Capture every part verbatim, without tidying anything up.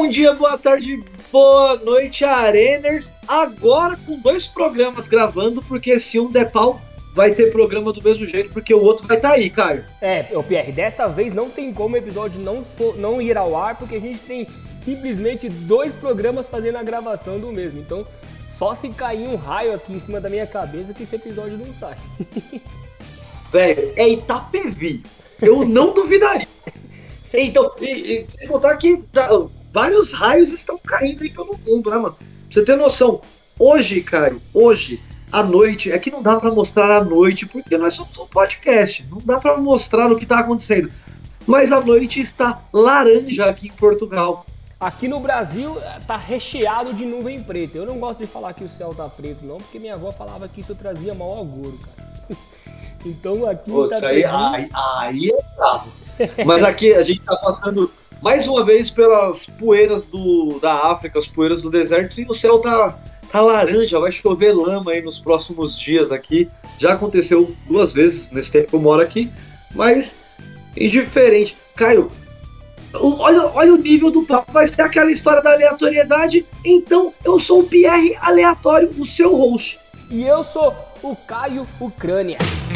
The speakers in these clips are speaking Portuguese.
Bom dia, boa tarde, boa noite, Areners. Agora com dois programas gravando, porque se um der pau, vai ter programa do mesmo jeito, porque o outro vai estar tá aí, Caio. É, ô Pierre, dessa vez não tem como o episódio não, for, não ir ao ar, porque a gente tem simplesmente dois programas fazendo a gravação do mesmo. Então, só se cair um raio aqui em cima da minha cabeça que esse episódio não sai. Velho, é Itapevi. Eu não duvidaria. Então, e, e contar que tá, vários raios estão caindo aí pelo mundo, né, mano? Pra você ter noção, hoje, Caio, hoje, à noite, é que não dá pra mostrar à noite, porque nós somos um podcast, não dá pra mostrar o que tá acontecendo. Mas a noite está laranja aqui em Portugal. Aqui no Brasil tá recheado de nuvem preta. Eu não gosto de falar que o céu tá preto, não, porque minha avó falava que isso trazia mau agouro, cara. Então aqui Pô, tá isso aí, aí, aí é bravo. Mas aqui a gente tá passando mais uma vez pelas poeiras do, da África, as poeiras do deserto, e o céu tá, tá laranja, vai chover lama aí nos próximos dias aqui. Já aconteceu duas vezes nesse tempo que eu moro aqui, mas indiferente. Caio, olha, olha o nível do papo, vai ser aquela história da aleatoriedade. Então eu sou o Pierre Aleatório, o seu host. E eu sou o Caio Ucrânia.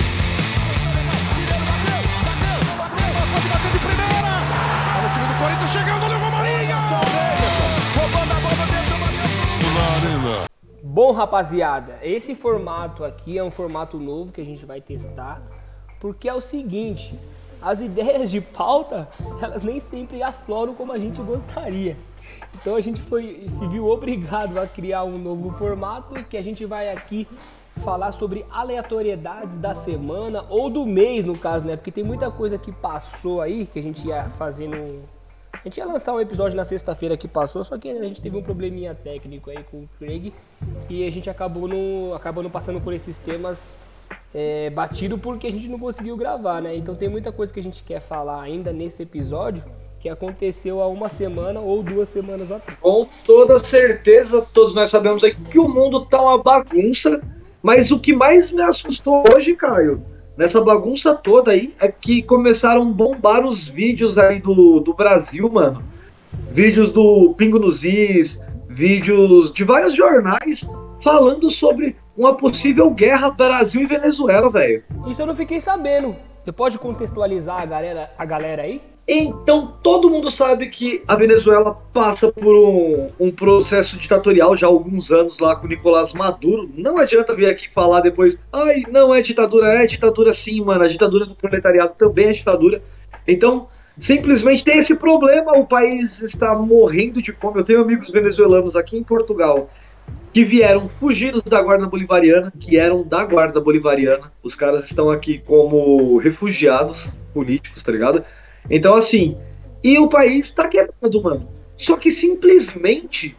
Bom, rapaziada, esse formato aqui é um formato novo que a gente vai testar, porque é o seguinte, as ideias de pauta, elas nem sempre afloram como a gente gostaria. Então a gente foi, se viu obrigado a criar um novo formato, que a gente vai aqui falar sobre aleatoriedades da semana, ou do mês no caso, né? Porque tem muita coisa que passou aí, que a gente ia fazer no... A gente ia lançar um episódio na sexta-feira que passou, só que a gente teve um probleminha técnico aí com o Craig e a gente acabou não, acabou não passando por esses temas é, batido porque a gente não conseguiu gravar, né? Então tem muita coisa que a gente quer falar ainda nesse episódio que aconteceu há uma semana ou duas semanas atrás. Com toda certeza, todos nós sabemos aí que o mundo tá uma bagunça, mas o que mais me assustou hoje, Caio, nessa bagunça toda aí, é que começaram a bombar os vídeos aí do, do Brasil, mano. Vídeos do Pingo nos Is, vídeos de vários jornais falando sobre uma possível guerra Brasil e Venezuela, velho. Isso eu não fiquei sabendo. Você pode contextualizar a galera, a galera aí? Então, todo mundo sabe que a Venezuela passa por um, um processo ditatorial já há alguns anos lá com o Nicolás Maduro. Não adianta vir aqui falar depois, ai, não é ditadura, é ditadura sim, mano. A ditadura do proletariado também é ditadura. Então, simplesmente tem esse problema, o país está morrendo de fome. Eu tenho amigos venezuelanos aqui em Portugal que vieram fugidos da guarda bolivariana, que eram da guarda bolivariana. Os caras estão aqui como refugiados políticos, tá ligado? Então, assim, e o país tá quebrado, mano. Só que simplesmente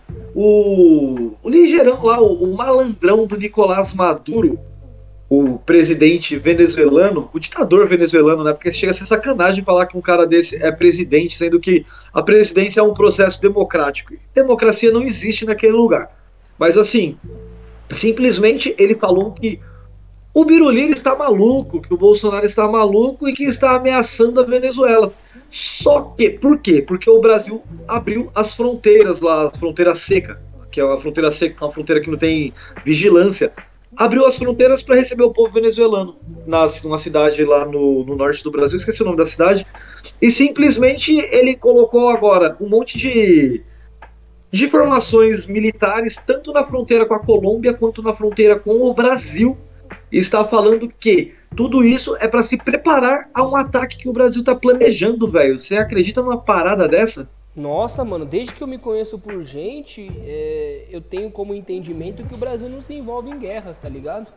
o, o ligeirão lá, o, o malandrão do Nicolás Maduro, o presidente venezuelano, o ditador venezuelano, né? Porque chega a ser sacanagem falar que um cara desse é presidente, sendo que a presidência é um processo democrático. E democracia não existe naquele lugar. Mas, assim, simplesmente ele falou que o Biruliro está maluco, que o Bolsonaro está maluco e que está ameaçando a Venezuela. Só que, por quê? Porque o Brasil abriu as fronteiras lá, a fronteira seca, que é uma fronteira seca, que é uma fronteira que não tem vigilância. Abriu as fronteiras para receber o povo venezuelano, nas, numa cidade lá no, no norte do Brasil, esqueci o nome da cidade, e simplesmente ele colocou agora um monte de, de formações militares, tanto na fronteira com a Colômbia quanto na fronteira com o Brasil. E está falando que tudo isso é para se preparar a um ataque que o Brasil está planejando, velho. Você acredita numa parada dessa? Nossa, mano, desde que eu me conheço por gente, é, eu tenho como entendimento que o Brasil não se envolve em guerras, tá ligado?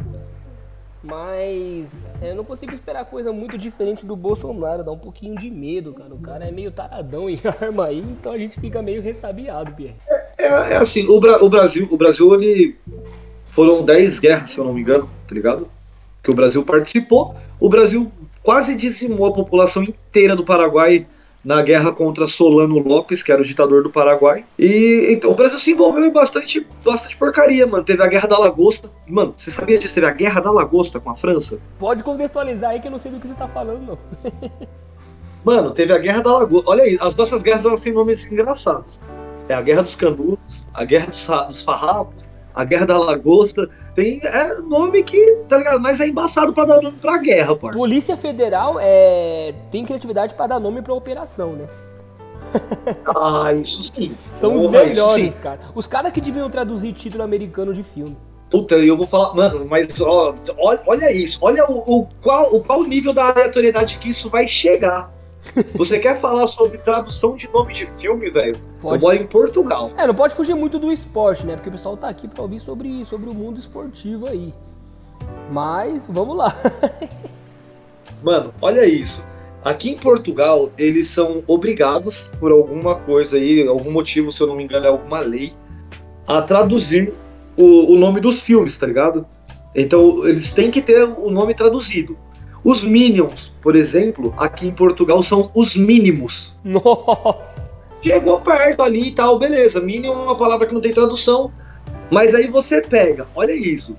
Mas é, eu não consigo esperar coisa muito diferente do Bolsonaro, dá um pouquinho de medo, cara. O cara é meio taradão em arma aí, então a gente fica meio ressabiado, Pierre. É, é, é assim, o, Bra- o Brasil, o Brasil, ele... Foram dez guerras, se eu não me engano, tá ligado? Que o Brasil participou. O Brasil quase dizimou a população inteira do Paraguai na guerra contra Solano Lopes, que era o ditador do Paraguai. E então o Brasil se envolveu em bastante, bastante porcaria, mano. Teve a Guerra da Lagosta. Mano, você sabia disso? Teve a Guerra da Lagosta com a França? Pode contextualizar aí que eu não sei do que você tá falando, não. Mano, teve a Guerra da Lagosta. Olha aí, as nossas guerras elas têm nomes engraçados. é a Guerra dos Canudos, a Guerra dos, dos Farrapos, a Guerra da Lagosta. Tem é, nome que, tá ligado? Mas é embaçado pra dar nome pra guerra, parça. Polícia Federal é... tem criatividade pra dar nome pra operação, né? Ah, isso sim. São Porra, os melhores, sim. cara. Os caras que deviam traduzir título americano de filme. Puta, eu vou falar, mano, mas ó, olha, olha isso, olha o, o, qual, o qual nível da aleatoriedade que isso vai chegar. Você quer falar sobre tradução de nome de filme, velho? Eu moro em Portugal. É, não pode fugir muito do esporte, né? Porque o pessoal tá aqui pra ouvir sobre, sobre o mundo esportivo aí. Mas, vamos lá. Mano, olha isso. Aqui em Portugal, eles são obrigados, por alguma coisa aí, algum motivo, se eu não me engano, é alguma lei, a traduzir o, o nome dos filmes, tá ligado? Então, eles têm que ter o nome traduzido. Os Minions, por exemplo, aqui em Portugal são os mínimos. Nossa! Chegou perto ali e tal, beleza. Minion é uma palavra que não tem tradução. Mas aí você pega, olha isso.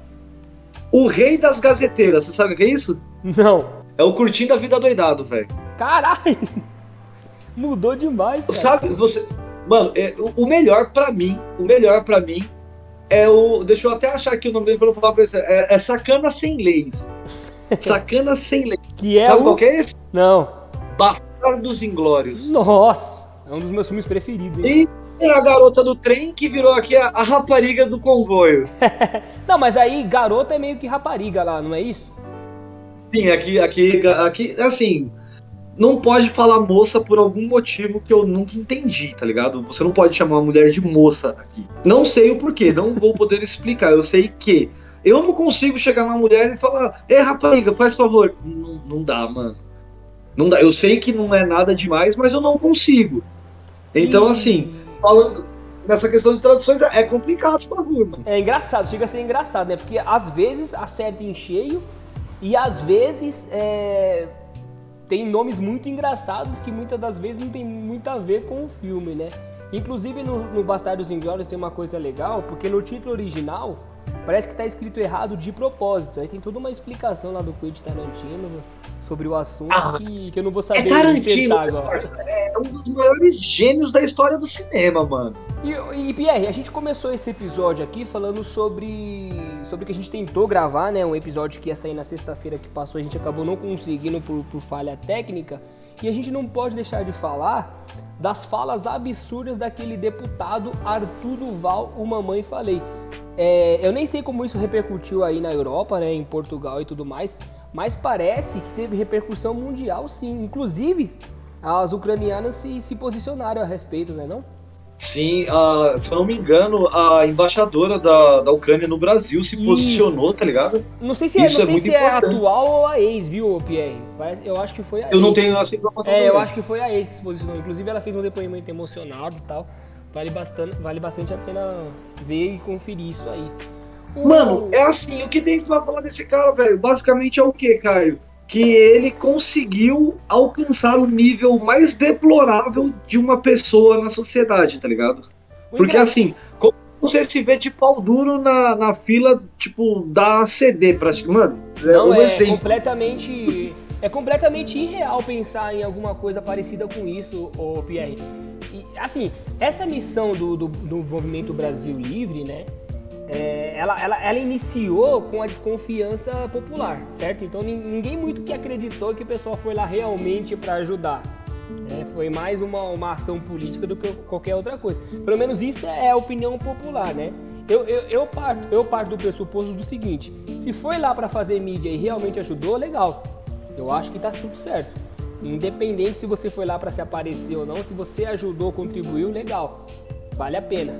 O Rei das Gazeteiras, você sabe o que é isso? Não. É o Curtindo a Vida Doidado, velho. Caralho! Mudou demais, cara. Sabe, você... Mano, é, o, o melhor pra mim, o melhor pra mim é o... Deixa eu até achar aqui o nome dele pra eu falar pra você. É, é Sacana Sem Leis. Sacana Sem Leis. Que é Sabe o... qual que é esse? Não. Bastardos Inglórios. Nossa! É um dos meus filmes preferidos, hein? E tem a garota do trem que virou aqui a, a rapariga do comboio. Não, mas aí garota é meio que rapariga lá, não é isso? Sim, aqui, aqui, aqui, assim, não pode falar moça por algum motivo que eu nunca entendi, tá ligado? Você não pode chamar uma mulher de moça aqui. Não sei o porquê, não vou poder explicar. Eu sei que eu não consigo chegar numa mulher e falar, ei, rapariga, faz favor. Não, não dá, mano. Não dá. Eu sei que não é nada demais, mas eu não consigo. Então, E- assim, falando nessa questão de traduções, é complicado esse bagulho, mano. É engraçado, chega a ser engraçado, né? Porque às vezes acerta em cheio e às vezes é, tem nomes muito engraçados que muitas das vezes não tem muito a ver com o filme, né? Inclusive no, no Bastardos Inglórios tem uma coisa legal, porque no título original parece que tá escrito errado de propósito. Aí tem toda uma explicação lá do Quentin Tarantino sobre o assunto Ah, que, que eu não vou É saber Tarantino, insertar agora. parça. É um dos maiores gênios da história do cinema, mano. E, e Pierre, a gente começou esse episódio aqui falando sobre sobre que a gente tentou gravar, né? Um episódio que ia sair na sexta-feira que passou, a gente acabou não conseguindo por, por falha técnica. E a gente não pode deixar de falar das falas absurdas daquele deputado Arthur Duval, o Mamãe Falei. É, eu nem sei como isso repercutiu aí na Europa, né? Em Portugal e tudo mais, mas parece que teve repercussão mundial, sim. Inclusive, as ucranianas se, se posicionaram a respeito, né, não? Sim, a- se eu não me engano, a embaixadora da, da Ucrânia no Brasil se Isso. posicionou, tá ligado? Não sei se é, Isso não é sei muito se é importante. atual ou a ex, viu, Pierre? Parece- Eu acho que foi a ex. Eu não tenho essa informação É, eu também. acho que foi a ex que se posicionou. Inclusive, ela fez um depoimento emocionado e tal. Vale bastante, vale bastante a pena ver e conferir isso aí. O- Mano, é assim, o que tem pra falar desse cara, velho? Basicamente é o que, Caio? Que ele conseguiu alcançar o nível mais deplorável de uma pessoa na sociedade, tá ligado? o Porque engra- assim, como você se vê de pau duro na, na fila, tipo, da C D, praticamente. Mano, é Não, um é exemplo. completamente, é completamente irreal pensar em alguma coisa parecida com isso, ô Pierre. E, assim, essa missão do, do, do Movimento Brasil Livre, né? é, ela, ela, ela iniciou com a desconfiança popular, certo? Então nin- ninguém muito que acreditou que o pessoal foi lá realmente para ajudar. né? Foi mais uma, uma ação política do que qualquer outra coisa. Pelo menos isso é a opinião popular, né? Eu, eu, eu, parto, eu parto do pressuposto do seguinte: se foi lá para fazer mídia e realmente ajudou, legal. Eu acho que tá tudo certo. Independente se você foi lá para se aparecer ou não, se você ajudou, contribuiu, legal. Vale a pena.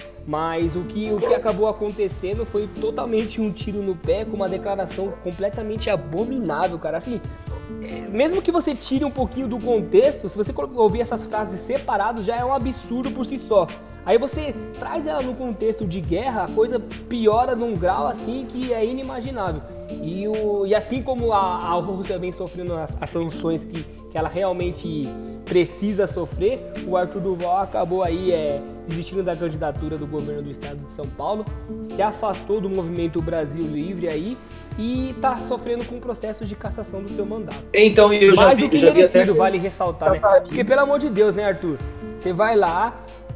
Mas o que, o que acabou acontecendo foi totalmente um tiro no pé, com uma declaração completamente abominável, cara. Assim, é, mesmo que você tire um pouquinho do contexto, se você ouvir essas frases separadas, já é um absurdo por si só. Aí você traz ela no contexto de guerra, a coisa piora num grau assim que é inimaginável. E, o, e assim como a, a Rússia vem sofrendo as, as sanções que, que ela realmente precisa sofrer, o Arthur Duval acabou aí é, desistindo da candidatura do governo do estado de São Paulo, se afastou do Movimento Brasil Livre aí e está sofrendo com processos de cassação do seu mandato. Então, eu já Mais vi, do que eu já vi até merecido, que- vale ressaltar, né? Porque pelo amor de Deus, né, Arthur? Você vai lá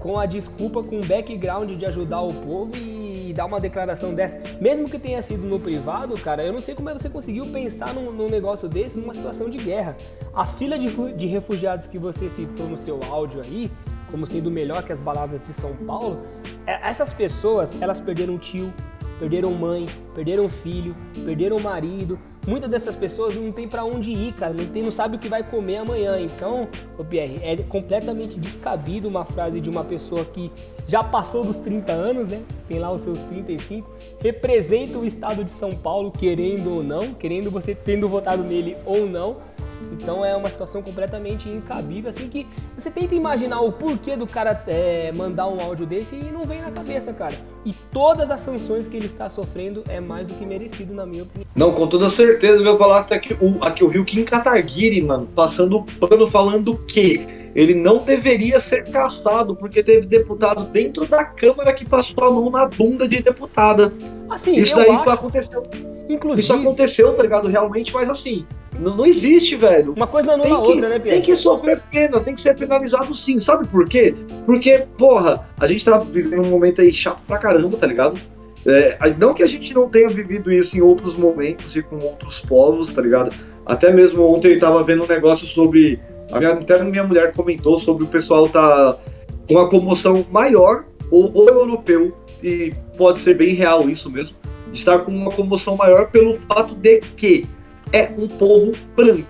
com a desculpa, com o background de ajudar o povo e dar uma declaração dessa. Mesmo que tenha sido no privado, cara, eu não sei como é que você conseguiu pensar num, num negócio desse, numa situação de guerra. A fila de, de refugiados que você citou no seu áudio aí, como sendo melhor que as baladas de São Paulo, essas pessoas, elas perderam tio, perderam mãe, perderam filho, perderam marido. Muitas dessas pessoas não tem pra onde ir, cara, não, tem, não sabe o que vai comer amanhã. Então, ô Pierre, é completamente descabido uma frase de uma pessoa que já passou dos trinta anos, né? Tem lá os seus trinta e cinco, representa o estado de São Paulo, querendo ou não, querendo você tendo votado nele ou não. Então é uma situação completamente incabível, assim, que você tenta imaginar o porquê do cara é, mandar um áudio desse e não vem na cabeça, cara. E todas as sanções que ele está sofrendo é mais do que merecido, na minha opinião. Não, com toda certeza, eu vou falar até que o, aqui eu vi o Kim Kataguiri, mano, passando o pano falando que ele não deveria ser caçado porque teve deputado dentro da Câmara que passou a mão na bunda de deputada. Assim, isso eu daí acho, aconteceu. Inclusive, isso aconteceu, tá ligado? Realmente, mas assim, não, não existe, velho. Uma coisa não anula a que, outra, né, Pierre? Tem que sofrer pena, tem que ser penalizado sim. Sabe por quê? Porque, porra, a gente tá vivendo um momento aí chato pra caramba, tá ligado? É, não que a gente não tenha vivido isso em outros momentos e com outros povos, tá ligado? Até mesmo ontem eu tava vendo um negócio sobre... A minha, até minha mulher comentou sobre o pessoal tá com uma comoção maior, ou, ou europeu, e pode ser bem real isso mesmo, de estar com uma comoção maior pelo fato de que é um povo branco.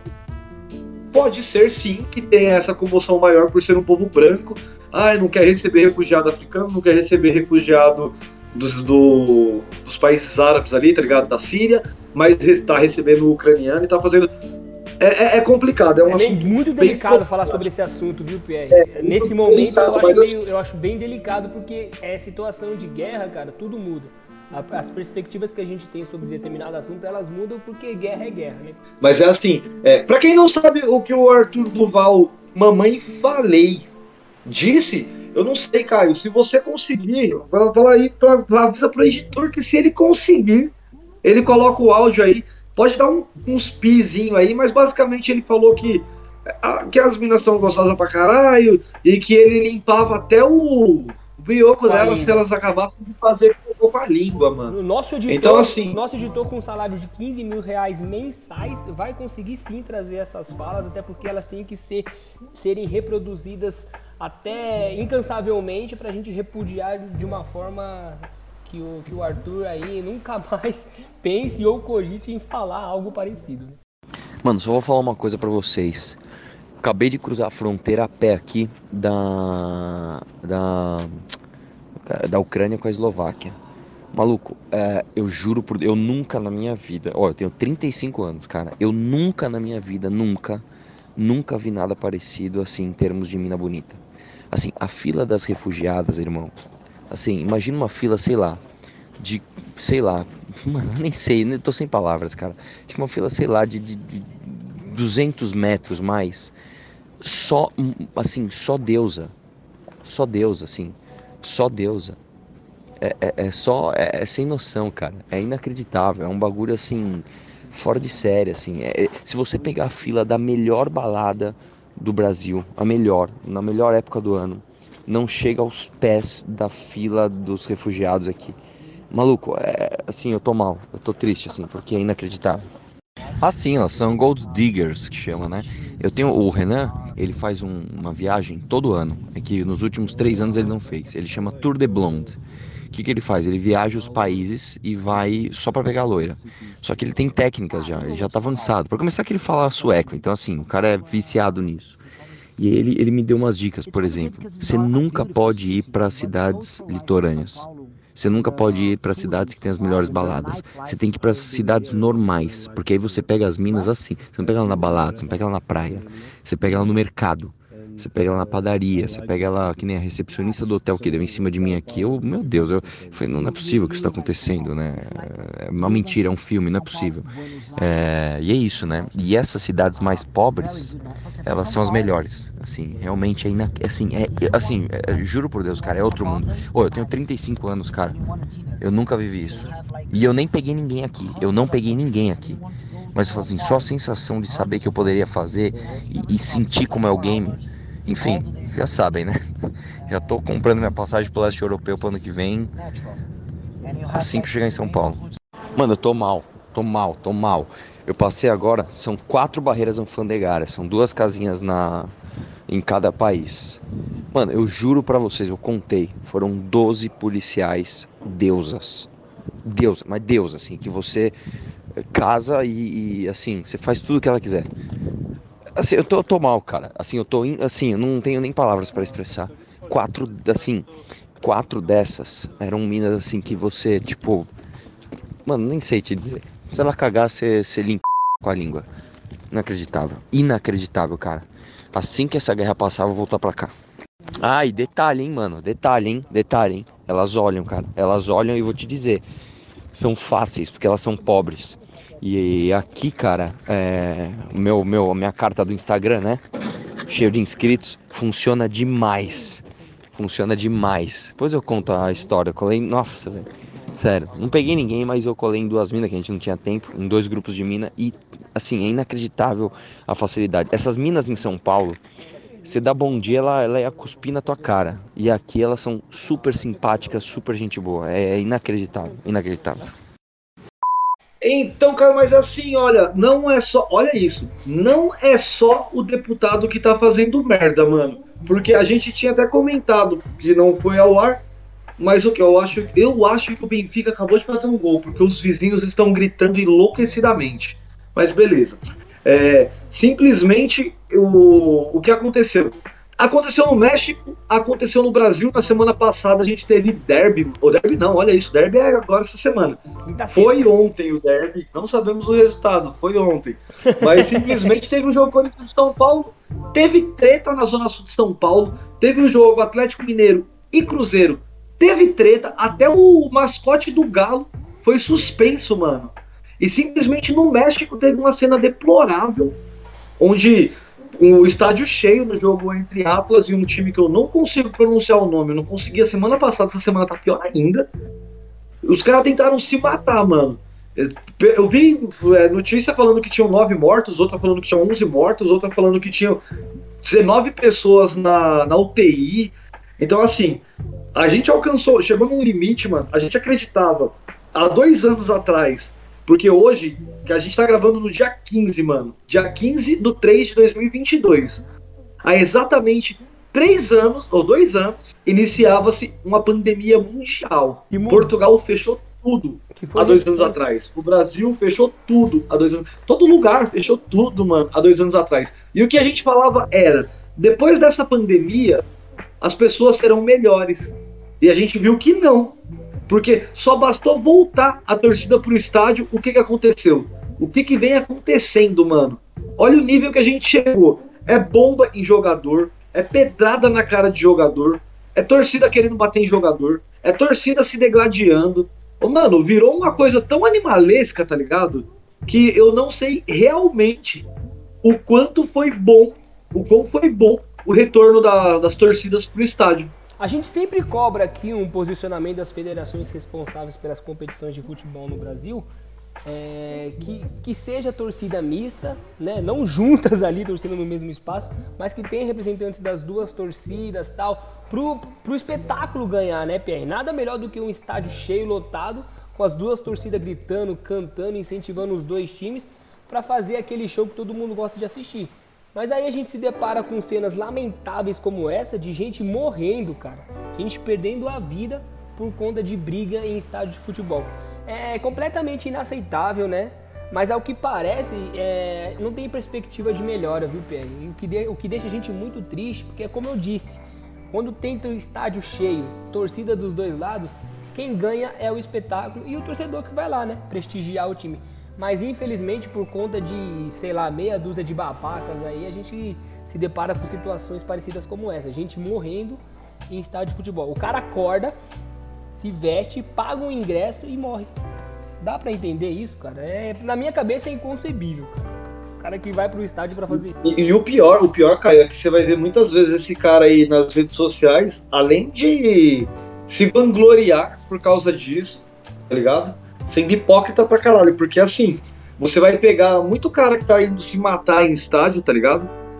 Pode ser sim que tenha essa comoção maior por ser um povo branco. Ah, não quer receber refugiado africano, não quer receber refugiado dos, do, dos países árabes ali, tá ligado? Da Síria, mas está recebendo o ucraniano e tá fazendo... É, é, é complicado, é um é assunto muito bem delicado complicado. falar sobre esse assunto, viu, Pierre? É, Nesse muito momento delicado, eu, acho mas meio, eu acho bem delicado, porque é situação de guerra, cara, tudo muda. As perspectivas que a gente tem sobre determinado assunto, elas mudam porque guerra é guerra, né? Mas é assim, é, pra quem não sabe o que o Arthur Duval, mamãe falei, disse, eu não sei, Caio, se você conseguir, fala aí, pra, avisa pro editor que se ele conseguir, ele coloca o áudio aí, pode dar um, uns pizinho aí, mas basicamente ele falou que, que as minas são gostosas pra caralho, e que ele limpava até o... O brioco delas, se elas acabassem de fazer com a língua, mano. O nosso editor, então, assim, nosso editor com um salário de quinze mil reais mensais vai conseguir sim trazer essas falas, até porque elas têm que ser, serem reproduzidas até incansavelmente pra gente repudiar de uma forma que o, que o Arthur aí nunca mais pense ou cogite em falar algo parecido. Mano, só vou falar uma coisa pra vocês. Acabei de cruzar a fronteira a pé aqui da, da, da Ucrânia com a Eslováquia. Maluco, é, eu juro por Deus, eu nunca na minha vida, ó, eu tenho trinta e cinco anos, cara, eu nunca na minha vida, nunca, nunca vi nada parecido assim em termos de mina bonita. Assim, a fila das refugiadas, irmão, assim, imagina uma fila, sei lá, de, sei lá, mano, nem sei, tô sem palavras, cara, tipo uma fila, sei lá, de, de, de duzentos metros mais, só, assim, só deusa, só deusa, assim, só deusa, é, é, é só, é, é sem noção, cara, é inacreditável, é um bagulho, assim, fora de série, assim, é, se você pegar a fila da melhor balada do Brasil, a melhor, na melhor época do ano, não chega aos pés da fila dos refugiados aqui, maluco, é, assim, eu tô mal, eu tô triste, assim, porque é inacreditável. Ah, sim, elas são gold diggers, que chama, né? Eu tenho o Renan, ele faz um, uma viagem todo ano, é que nos últimos três anos ele não fez. Ele chama Tour de Blonde. O que, que ele faz? Ele viaja os países e vai só pra pegar loira. Só que ele tem técnicas já, ele já tá avançado. Pra começar que ele fala sueco, então assim, o cara é viciado nisso. E ele, ele me deu umas dicas, por exemplo. Você nunca pode ir para cidades litorâneas. Você nunca pode ir para cidades que tem as melhores baladas. Você tem que ir para cidades normais, porque aí você pega as minas assim. Você não pega ela na balada, você não pega ela na praia. Você pega ela no mercado. Você pega ela na padaria, você pega ela que nem a recepcionista do hotel que deu em cima de mim aqui. Eu, meu Deus, eu falei, não, não é possível que isso está acontecendo, né? É uma mentira, é um filme, não é possível. É, e é isso, né? E essas cidades mais pobres, elas são as melhores. Assim, realmente é, ina... assim, é, assim, é, juro por Deus, cara, é outro mundo. Ô, eu tenho trinta e cinco anos, cara. Eu nunca vivi isso. E eu nem peguei ninguém aqui. Eu não peguei ninguém aqui. Mas eu falo assim, só a sensação de saber que eu poderia fazer e, e sentir como é o game. Enfim, já sabem, né? Já tô comprando minha passagem pro leste europeu pro ano que vem, assim que eu chegar em São Paulo. Mano, eu tô mal, tô mal, tô mal. Eu passei agora, são quatro barreiras alfandegárias, são duas casinhas na, em cada país. Mano, eu juro pra vocês, eu contei, foram doze policiais deusas. Deus, mas Deus, assim, que você casa e, e, assim, você faz tudo o que ela quiser. Assim, eu tô, eu tô mal, cara. Assim, eu tô, in- assim, eu não tenho nem palavras pra expressar. Quatro, assim, quatro dessas eram minas, assim, que você, tipo, mano, nem sei te dizer. Se ela cagar, você, você limpa com a língua. Inacreditável. Inacreditável, cara. Assim que essa guerra passar, eu vou voltar pra cá. Ah, e detalhe, hein, mano. Detalhe, hein. Detalhe, hein. Elas olham, cara. Elas olham e vou te dizer. São fáceis, porque elas são pobres. E aqui, cara, é, o meu, meu, a minha carta do Instagram, né? Cheio de inscritos, funciona demais. Funciona demais. Depois eu conto a história. Eu colei, nossa, velho. Sério, não peguei ninguém, mas eu colei em duas minas que a gente não tinha tempo, em dois grupos de mina e assim, é inacreditável a facilidade. Essas minas em São Paulo, você dá bom dia, ela, ela ia cuspir na tua cara. E aqui elas são super simpáticas, super gente boa. É inacreditável, inacreditável. Então, cara, mas assim, olha, não é só. Olha isso. Não é só o deputado que tá fazendo merda, mano. Porque a gente tinha até comentado que não foi ao ar. Mas o que eu acho, eu acho que o Benfica acabou de fazer um gol, porque os vizinhos estão gritando enlouquecidamente. Mas beleza. É, simplesmente o, o que aconteceu? Aconteceu no México, aconteceu no Brasil. Na semana passada a gente teve derby. Ou derby não, olha isso, derby é agora essa semana. Foi ontem o derby, não sabemos o resultado, foi ontem. Mas simplesmente teve um jogo Corinthians de São Paulo, teve treta na Zona Sul de São Paulo, teve um jogo Atlético Mineiro e Cruzeiro. Teve treta, até o mascote do Galo foi suspenso, mano. E simplesmente no México teve uma cena deplorável, onde o estádio cheio no jogo entre Atlas e um time que eu não consigo pronunciar o nome, eu não conseguia semana passada, essa semana tá pior ainda. Os caras tentaram se matar, mano. Eu vi notícia falando que tinham nove mortos, outra falando que tinham onze mortos, outra falando que tinham dezenove pessoas na, na U T I. Então, assim, a gente alcançou, chegou num limite, mano. A gente acreditava há dois anos atrás, porque hoje, que a gente tá gravando no dia quinze, mano, dia quinze do três de dois mil e vinte e dois, há exatamente três anos, ou dois anos, iniciava-se uma pandemia mundial. E Portugal fechou tudo há dois anos atrás. O Brasil fechou tudo há dois anos. Todo lugar fechou tudo, mano, há dois anos atrás. E o que a gente falava era, depois dessa pandemia, as pessoas serão melhores. E a gente viu que não. Porque só bastou voltar a torcida pro estádio, o que que aconteceu? O que que vem acontecendo, mano? Olha o nível que a gente chegou. É bomba em jogador, é pedrada na cara de jogador, é torcida querendo bater em jogador, é torcida se degladiando. Ô, mano, virou uma coisa tão animalesca, tá ligado? Que eu não sei realmente o quanto foi bom, o quão foi bom o retorno da, das torcidas pro estádio. A gente sempre cobra aqui um posicionamento das federações responsáveis pelas competições de futebol no Brasil, é, que, que seja torcida mista, né? Não juntas ali torcendo no mesmo espaço, mas que tenha representantes das duas torcidas, tal, pro, pro espetáculo ganhar, né, Pierre? Nada melhor do que um estádio cheio, lotado, com as duas torcidas gritando, cantando, incentivando os dois times para fazer aquele show que todo mundo gosta de assistir. Mas aí a gente se depara com cenas lamentáveis como essa, de gente morrendo, cara. Gente perdendo a vida por conta de briga em estádio de futebol. É completamente inaceitável, né? Mas ao que parece, é, não tem perspectiva de melhora, viu, Pierre? E o que, de, o que deixa a gente muito triste, porque é como eu disse, quando tem o estádio cheio, torcida dos dois lados, quem ganha é o espetáculo e o torcedor que vai lá, né? Prestigiar o time. Mas infelizmente, por conta de, sei lá, meia dúzia de babacas aí, a gente se depara com situações parecidas como essa. Gente morrendo em estádio de futebol. O cara acorda, se veste, paga um ingresso e morre. Dá pra entender isso, cara? É, na minha cabeça é inconcebível, cara. O cara que vai pro estádio pra fazer isso. E, e o pior, o pior, Caio, é que você vai ver muitas vezes esse cara aí nas redes sociais, além de se vangloriar por causa disso, tá ligado? Sendo hipócrita pra caralho, porque assim, você vai pegar muito cara que tá indo se matar em estádio, tá ligado?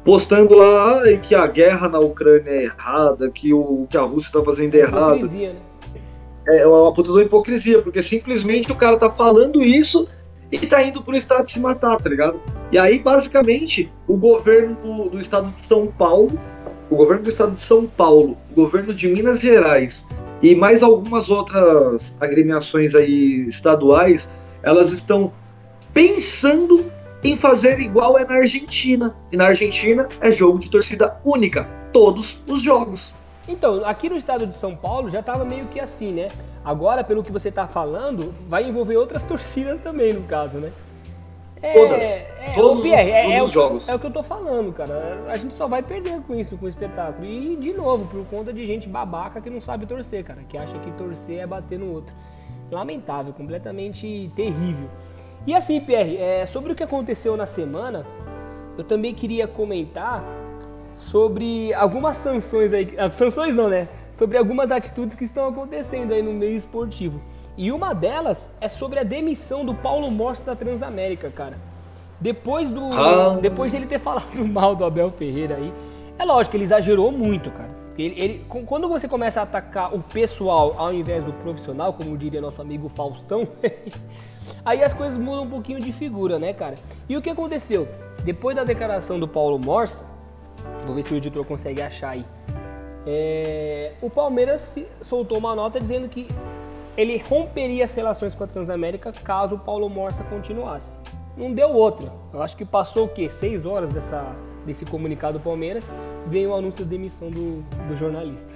postando lá ai, que a guerra na Ucrânia é errada, que, o, que a Rússia tá fazendo errado. Hipocrisia, né? É uma puta da hipocrisia, porque simplesmente o cara tá falando isso e tá indo pro estado se matar, tá ligado? E aí, basicamente, o governo do, do estado de São Paulo, o governo do estado de São Paulo, o governo de Minas Gerais e mais algumas outras agremiações aí estaduais, elas estão pensando em fazer igual é na Argentina. E na Argentina é jogo de torcida única, todos os jogos. Então, aqui no estado de São Paulo já estava meio que assim, né? Agora, pelo que você está falando, vai envolver outras torcidas também, no caso, né? É, Todas. É, todos Pierre, é, todos é, os jogos. É o que eu tô falando, cara. A gente só vai perder com isso, com o espetáculo. E, de novo, por conta de gente babaca que não sabe torcer, cara. Que acha que torcer é bater no outro. Lamentável, completamente terrível. E assim, Pierre, é, sobre o que aconteceu na semana, eu também queria comentar sobre algumas sanções aí, sanções não, né? Sobre algumas atitudes que estão acontecendo aí no meio esportivo. E uma delas é sobre a demissão do Paulo Morse da Transamérica, cara. Depois do, ah. depois de ele ter falado mal do Abel Ferreira aí, é lógico que ele exagerou muito, cara. Ele, ele, quando você começa a atacar o pessoal ao invés do profissional, como diria nosso amigo Faustão, aí as coisas mudam um pouquinho de figura, né, cara? E o que aconteceu? Depois da declaração do Paulo Morse, vou ver se o editor consegue achar aí. É, o Palmeiras soltou uma nota dizendo que ele romperia as relações com a Transamérica caso o Paulo Morsa continuasse. Não deu outra. Eu acho que passou o quê? Seis horas dessa, desse comunicado do Palmeiras, veio o anúncio da demissão do, do jornalista.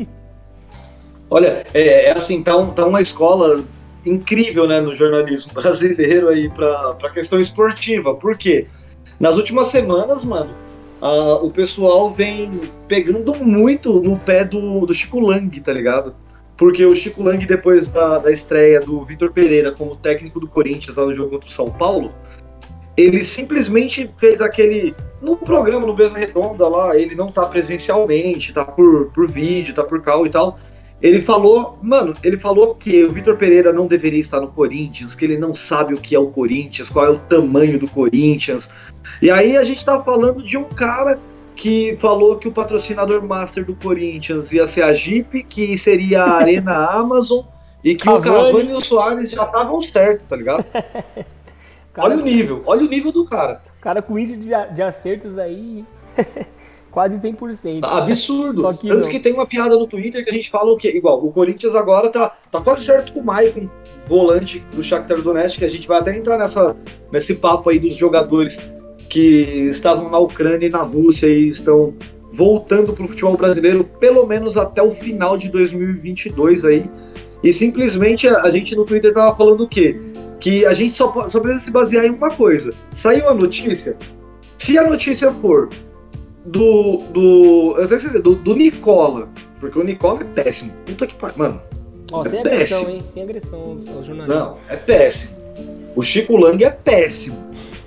Olha, é, é assim, tá, um, tá uma escola incrível, né, no jornalismo brasileiro aí pra, pra questão esportiva. Por quê? Nas últimas semanas, mano, Uh, o pessoal vem pegando muito no pé do, do Chico Lang, tá ligado? Porque o Chico Lang, depois da, da estreia do Vitor Pereira como técnico do Corinthians lá no jogo contra o São Paulo, ele simplesmente fez aquele... No programa, no Mesa Redonda lá, ele não tá presencialmente, tá por, por vídeo, tá por call e tal. Ele falou, mano, ele falou que o Vitor Pereira não deveria estar no Corinthians, que ele não sabe o que é o Corinthians, qual é o tamanho do Corinthians. E aí a gente tá falando de um cara que falou que o patrocinador master do Corinthians ia ser a Jeep, que seria a Arena Amazon, e que Cavani. O Cavani e o Soares já estavam certos, tá ligado? Cara, olha o nível, olha o nível do cara. Cara com índice de, de acertos aí, quase cem por cento. Absurdo. Só que Tanto não. que tem uma piada no Twitter que a gente fala o quê? Igual, o Corinthians agora tá, tá quase certo com o Maicon, volante do Shakhtar Donetsk, que a gente vai até entrar nessa, nesse papo aí dos jogadores que estavam na Ucrânia e na Rússia e estão voltando para o futebol brasileiro pelo menos até o final de dois mil e vinte e dois aí. E simplesmente a, a gente no Twitter tava falando o quê? Que a gente só, só precisa se basear em uma coisa. Saiu a notícia, se a notícia for do do, eu tenho do, do Nicola, porque o Nicola é péssimo. Puta que pariu, mano. Ó, é sem péssimo. agressão, hein? Sem agressão aos, aos jornalistas. Não, é péssimo. O Chico Lang é péssimo.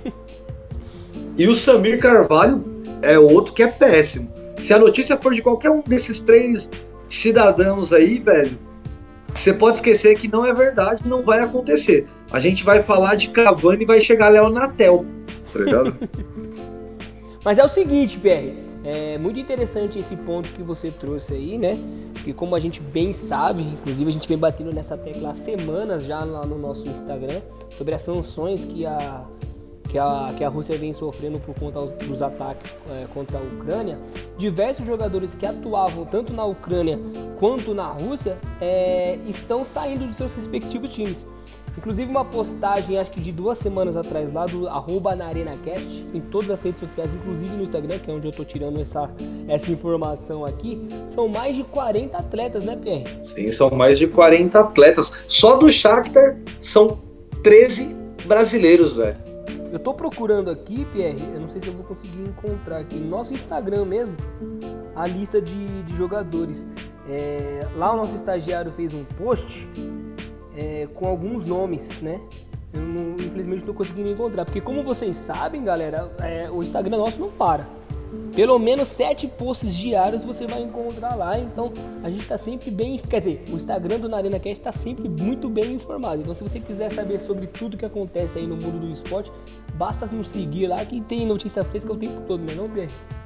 E o Samir Carvalho é outro que é péssimo. Se a notícia for de qualquer um desses três cidadãos aí, velho, você pode esquecer que não é verdade, não vai acontecer. A gente vai falar de Cavani e vai chegar Léo Natel, tá ligado? Mas é o seguinte, Pierre, é muito interessante esse ponto que você trouxe aí, né? Porque como a gente bem sabe, inclusive a gente vem batendo nessa tecla há semanas já lá no nosso Instagram, sobre as sanções que a... Que a, que a Rússia vem sofrendo por conta dos ataques é, contra a Ucrânia, diversos jogadores que atuavam tanto na Ucrânia quanto na Rússia é, estão saindo dos seus respectivos times. Inclusive uma postagem, acho que de duas semanas atrás, lá do arroba na ArenaCast, em todas as redes sociais, inclusive no Instagram, que é onde eu tô tirando essa, essa informação aqui, são mais de quarenta atletas, né, Pierre? Sim, são mais de quarenta atletas. Só do Shakhtar são treze brasileiros, velho. Eu tô procurando aqui, Pierre, eu não sei se eu vou conseguir encontrar aqui no nosso Instagram mesmo, a lista de, de jogadores. É, lá o nosso estagiário fez um post é, com alguns nomes, né? Eu não, infelizmente não consegui encontrar, porque como vocês sabem, galera, é, o Instagram nosso não para. Pelo menos sete posts diários você vai encontrar lá, então a gente tá sempre bem, quer dizer, o Instagram do ArenaCast tá sempre muito bem informado. Então se você quiser saber sobre tudo que acontece aí no mundo do esporte, basta nos seguir lá que tem notícia fresca o tempo todo, não é não, Pierre?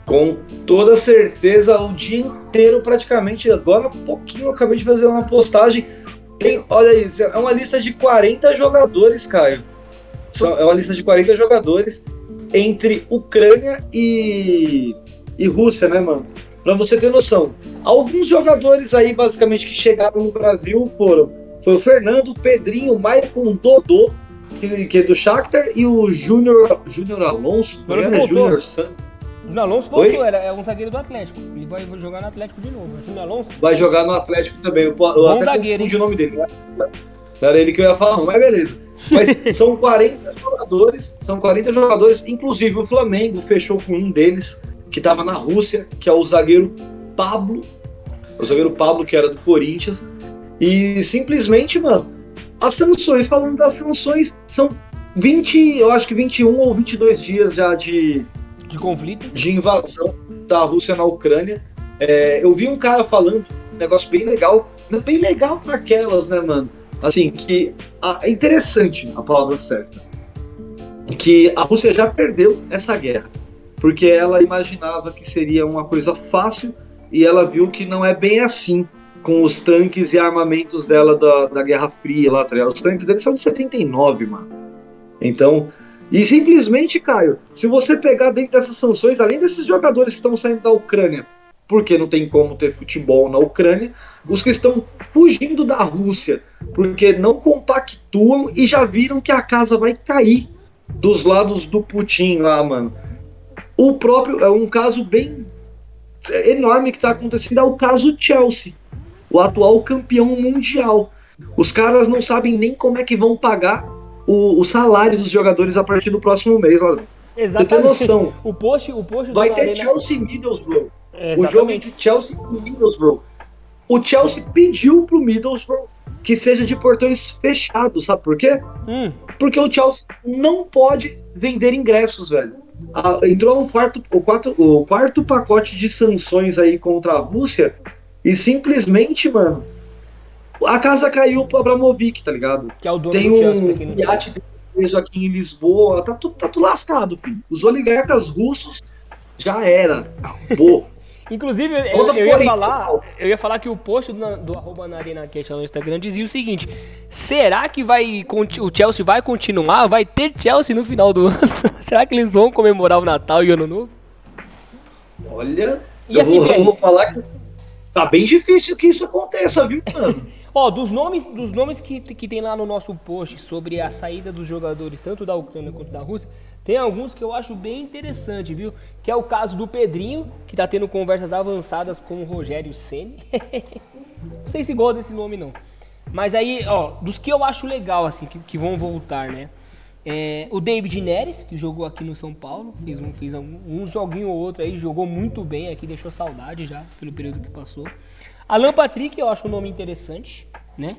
Com toda certeza, o dia inteiro praticamente. Agora há pouquinho eu acabei de fazer uma postagem. Tem, olha aí, é uma lista de quarenta jogadores, Caio. São, é uma lista de quarenta jogadores entre Ucrânia e, e Rússia, né, mano? Pra você ter noção. Alguns jogadores aí, basicamente, que chegaram no Brasil foram foi o Fernando, o Pedrinho, o Maicon, Dodô, que, que é do Shakhtar, e o Júnior Júnior Alonso. Agora né? Júnior Santos. Júnior Alonso voltou, era, é um zagueiro do Atlético. Ele vai jogar no Atlético de novo. Júnior Alonso vai jogar no Atlético também. Eu, eu bom até zagueiro, confundi o nome dele. Não era ele que eu ia falar, não, mas beleza. Mas são quarenta jogadores, são quarenta jogadores, inclusive o Flamengo fechou com um deles, que estava na Rússia, que é o zagueiro Pablo. O zagueiro Pablo, que era do Corinthians. E simplesmente, mano, as sanções, falando das sanções, são vinte, eu acho que vinte e um ou vinte e dois dias já de... De conflito? De invasão da Rússia na Ucrânia. É, eu vi um cara falando um negócio bem legal, bem legal naquelas, né, mano? Assim, que é interessante a palavra certa. Que a Rússia já perdeu essa guerra. Porque ela imaginava que seria uma coisa fácil e ela viu que não é bem assim com os tanques e armamentos dela da, da Guerra Fria lá, tá ligado? Os tanques deles são de setenta e nove, mano. Então... E simplesmente, Caio, se você pegar dentro dessas sanções, além desses jogadores que estão saindo da Ucrânia, porque não tem como ter futebol na Ucrânia, os que estão fugindo da Rússia, porque não compactuam e já viram que a casa vai cair dos lados do Putin lá, mano. O próprio, é um caso bem enorme que está acontecendo, é o caso Chelsea, o atual campeão mundial. Os caras não sabem nem como é que vão pagar O, o salário dos jogadores a partir do próximo mês lá. Exatamente. Você tem noção? O post, o post vai ter Arena... Chelsea e Middlesbrough. É, o jogo entre Chelsea e Middlesbrough. O Chelsea pediu pro Middlesbrough que seja de portões fechados, sabe por quê? Hum. Porque o Chelsea não pode vender ingressos, velho. Ah, entrou o quarto, o, quarto, o quarto pacote de sanções aí contra a Rússia e simplesmente, mano, a casa caiu pro Abramovich, tá ligado? Que é o dono Tem do um Chelsea, um iate preso aqui em Lisboa, tá tudo, tá tudo lascado, filho. Os oligarcas russos já era, acabou. Inclusive, eu, eu, ia falar, eu ia falar que o post do, do arroba na Arena Cast no Instagram dizia o seguinte: será que vai, o Chelsea vai continuar? Vai ter Chelsea no final do ano? Será que eles vão comemorar o Natal e o Ano Novo? Olha, e eu, assim, vou, eu vou falar que tá bem difícil que isso aconteça, viu, mano? Ó, dos nomes, dos nomes que, que tem lá no nosso post sobre a saída dos jogadores, tanto da Ucrânia quanto da Rússia, tem alguns que eu acho bem interessante, viu? Que é o caso do Pedrinho, que tá tendo conversas avançadas com o Rogério Ceni. Não sei se gosta desse nome, não. Mas aí, ó, dos que eu acho legal, assim, que, que vão voltar, né? É, o David Neres, que jogou aqui no São Paulo, fez um, fez um, um joguinho ou outro aí, jogou muito bem aqui, deixou saudade já, pelo período que passou. Alan Patrick, eu acho um nome interessante, né?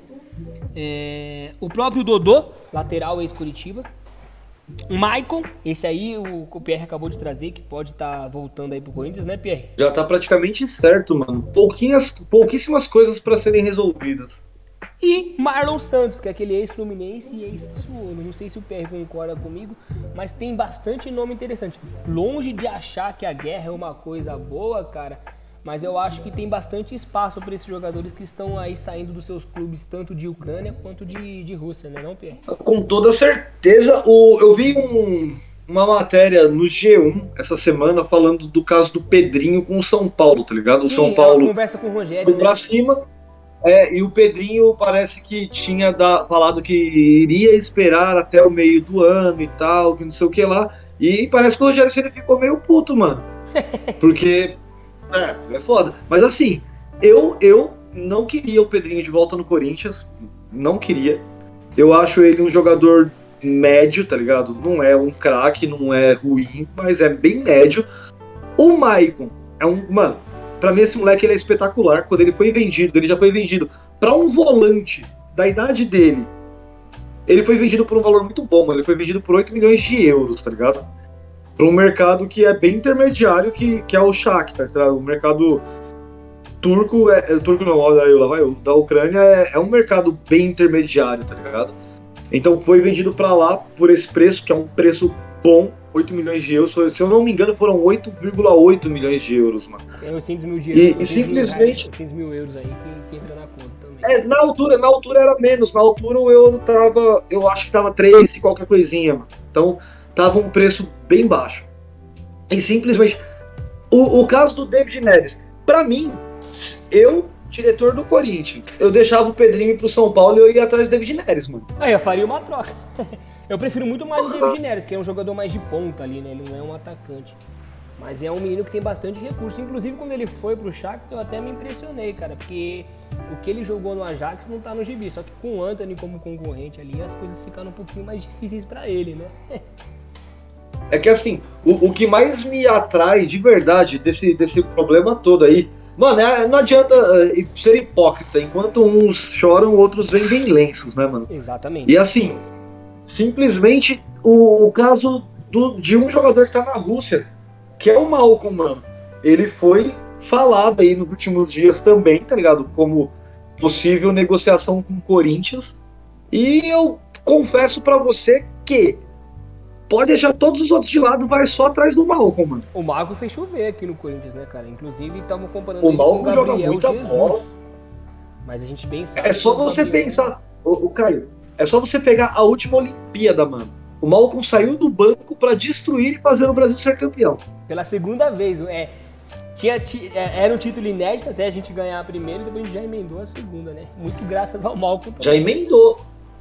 É, o próprio Dodô, lateral ex-Curitiba. O Maicon, esse aí o, o Pierre acabou de trazer, que pode estar tá voltando aí pro Corinthians, né, Pierre? Já tá praticamente certo, mano. Pouquinhas, pouquíssimas coisas para serem resolvidas. E Marlon Santos, que é aquele ex-Fluminense e ex-Sassuolo. Não sei se o Pierre concorda comigo, mas tem bastante nome interessante. Longe de achar que a guerra é uma coisa boa, cara, mas eu acho que tem bastante espaço para esses jogadores que estão aí saindo dos seus clubes, tanto de Ucrânia quanto de, de Rússia, né, não, Pierre? Com toda certeza. O, eu vi um, uma matéria no G um essa semana falando do caso do Pedrinho com o São Paulo, tá ligado? Sim, o São Paulo conversa com o Rogério, foi né? pra cima, é, e o Pedrinho parece que tinha da, falado que iria esperar até o meio do ano e tal, que não sei o que lá, e parece que o Rogério Ceni ficou meio puto, mano. Porque... É, é foda. Mas assim, eu, eu não queria o Pedrinho de volta no Corinthians. Não queria. Eu acho ele um jogador médio, tá ligado? Não é um craque, não é ruim, mas é bem médio. O Maicon é um... Mano, pra mim esse moleque ele é espetacular. Quando ele foi vendido, ele já foi vendido pra um volante da idade dele. Ele foi vendido por um valor muito bom, mano. Ele foi vendido por oito milhões de euros, tá ligado? Para um mercado que é bem intermediário, que, que é o Shakhtar, tá? O mercado turco, é, é turco não, olha aí, lá vai, o da Ucrânia é, é um mercado bem intermediário, tá ligado? Então foi vendido para lá por esse preço, que é um preço bom, oito milhões de euros, se eu não me engano foram oito vírgula oito milhões de euros, mano. É oitocentos mil de E, euros, e simplesmente... oitocentos mil euros aí que, que entra na conta também. É, na altura, na altura era menos, na altura o euro tava, eu acho que tava três e qualquer coisinha, mano. Então tava um preço bem baixo. E simplesmente, o, o caso do David Neres, pra mim, eu, diretor do Corinthians, eu deixava o Pedrinho pro São Paulo e eu ia atrás do David Neres, mano. Aí eu faria uma troca. Eu prefiro muito mais o David Neres, que é um jogador mais de ponta ali, né? Ele não é um atacante. Mas é um menino que tem bastante recurso. Inclusive, quando ele foi pro Shakhtar, eu até me impressionei, cara. Porque o que ele jogou no Ajax não tá no gibi. Só que com o Antony como concorrente ali, as coisas ficaram um pouquinho mais difíceis pra ele, né? É que assim, o, o que mais me atrai de verdade desse, desse problema todo aí... Mano, é, não adianta uh, ser hipócrita. Enquanto uns choram, outros vendem lenços, né, mano? Exatamente. E assim, simplesmente o, o caso do, de um jogador que tá na Rússia, que é o Malcolm, mano. Ele foi falado aí nos últimos dias também, tá ligado? Como possível negociação com o Corinthians. E eu confesso pra você que pode deixar todos os outros de lado, vai só atrás do Malcolm, mano. O Malcolm fez chover aqui no Corinthians, né, cara? Inclusive, estavam comparando O ele Malcolm com o joga Gabriel muita Jesus. bola. Mas a gente bem sabe. É só que o você Gabriel- pensar, o, o Caio, é só você pegar a última Olimpíada, mano. O Malcolm saiu do banco pra destruir e fazer o Brasil ser campeão. Pela segunda vez. É, tinha, ti- é, era um título inédito até a gente ganhar a primeira e depois a gente já emendou a segunda, né? Muito graças ao Malcolm também. Já emendou.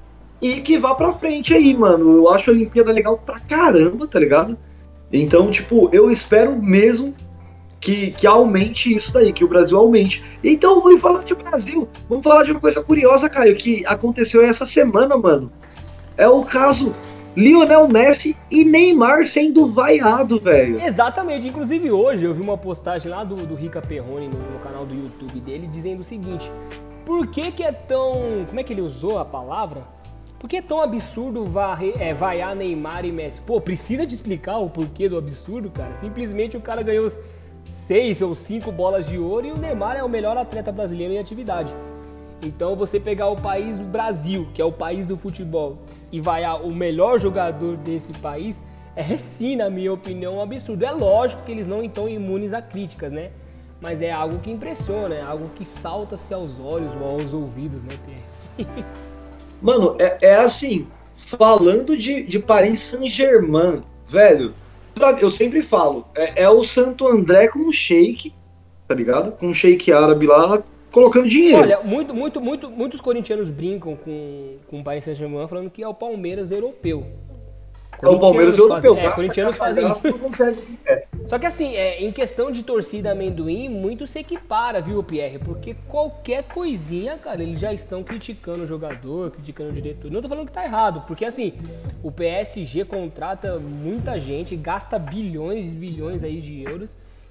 E que vá pra frente aí, mano. Eu acho a Olimpíada legal pra caramba, tá ligado? Então, tipo, eu espero mesmo que, que aumente isso daí, que o Brasil aumente. Então, vamos falar de Brasil. Vamos falar de uma coisa curiosa, Caio, que aconteceu essa semana, mano. É o caso Lionel Messi e Neymar sendo vaiado, velho. Exatamente. Inclusive hoje eu vi uma postagem lá do, do Rica Perrone no, no canal do YouTube dele dizendo o seguinte: por que que é tão... Como é que ele usou a palavra? Por que é tão absurdo varre, é, vaiar Neymar e Messi? Pô, precisa te explicar o porquê do absurdo, cara? Simplesmente o cara ganhou seis ou cinco bolas de ouro e o Neymar é o melhor atleta brasileiro em atividade. Então você pegar o país do Brasil, que é o país do futebol, e vaiar o melhor jogador desse país, é sim, na minha opinião, um absurdo. É lógico que eles não estão imunes a críticas, né? Mas é algo que impressiona, é algo que salta-se aos olhos ou aos ouvidos, né, Pierre? Mano, é, é assim, falando de, de Paris Saint-Germain, velho, pra- eu sempre falo, é, é o Santo André com o Sheik, tá ligado? Com o Sheik árabe lá, colocando dinheiro. Olha, muito, muito, muito, muitos corintianos brincam com, com o Paris Saint-Germain falando que é o Palmeiras europeu. é o Palmeiras europeu, fazem, é, gasta, corintianos gasta, fazem gasta, não consegue. É. Só que assim, é, em questão de torcida amendoim, muito se equipara, viu, Pierre? Porque qualquer coisinha, cara, eles já estão criticando o jogador, criticando o diretor. Não tô falando que tá errado, porque assim, o P S G contrata muita gente, gasta bilhões e bilhões aí de euros,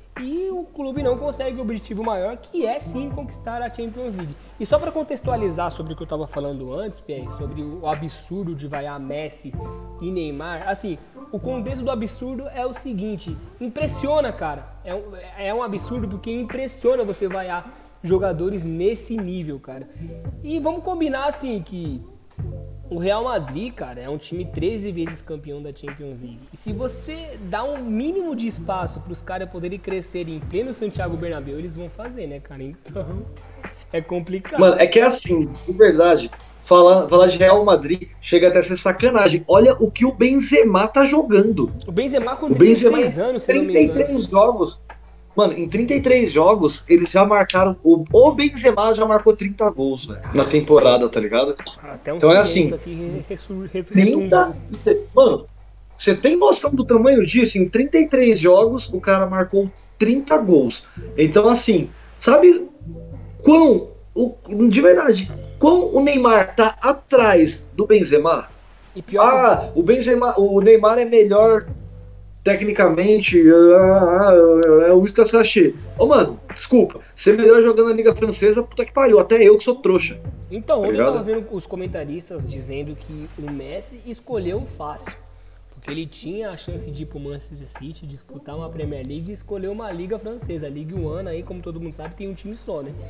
e o clube não consegue o objetivo maior, que é sim conquistar a Champions League. E só para contextualizar sobre o que eu tava falando antes, Pierre, sobre o absurdo de vaiar Messi e Neymar, assim, o contexto do absurdo é o seguinte: impressiona, cara. É um, é um absurdo porque impressiona você vaiar jogadores nesse nível, cara. E vamos combinar assim que o Real Madrid, cara, é um time treze vezes campeão da Champions League. E se você dá um mínimo de espaço para os caras poderem crescer em pleno Santiago Bernabéu, eles vão fazer, né, cara? Então, é complicado. Mano, é que é assim, de verdade, falar, falar de Real Madrid chega até a ser sacanagem. Olha o que o Benzema tá jogando. O Benzema com O Benzema trinta e seis em anos, se não me trinta e engano. três jogos. Mano, em trinta e três jogos, eles já marcaram. O, o Benzema já marcou trinta gols, velho, na temporada, tá ligado? Até um Então é silêncio assim, aqui ressu- ressu- trinta. retumbou. Mano, você tem noção do tamanho disso? Em trinta e três jogos, o cara marcou trinta gols. Então, assim, sabe quão. O, de verdade, quão o Neymar tá atrás do Benzema? E pior que Ah, o Benzema, o Neymar é melhor tecnicamente, ah, ah, é o Whisky Sachê. Ô, mano, desculpa, ser melhor jogando na Liga Francesa, puta que pariu, até eu que sou trouxa. Então, ontem eu ligado? tava vendo os comentaristas dizendo que o Messi escolheu fácil. Porque ele tinha a chance de ir pro Manchester City, disputar uma Premier League e escolher uma Liga Francesa. A Ligue um aí, como todo mundo sabe, tem um time só, né?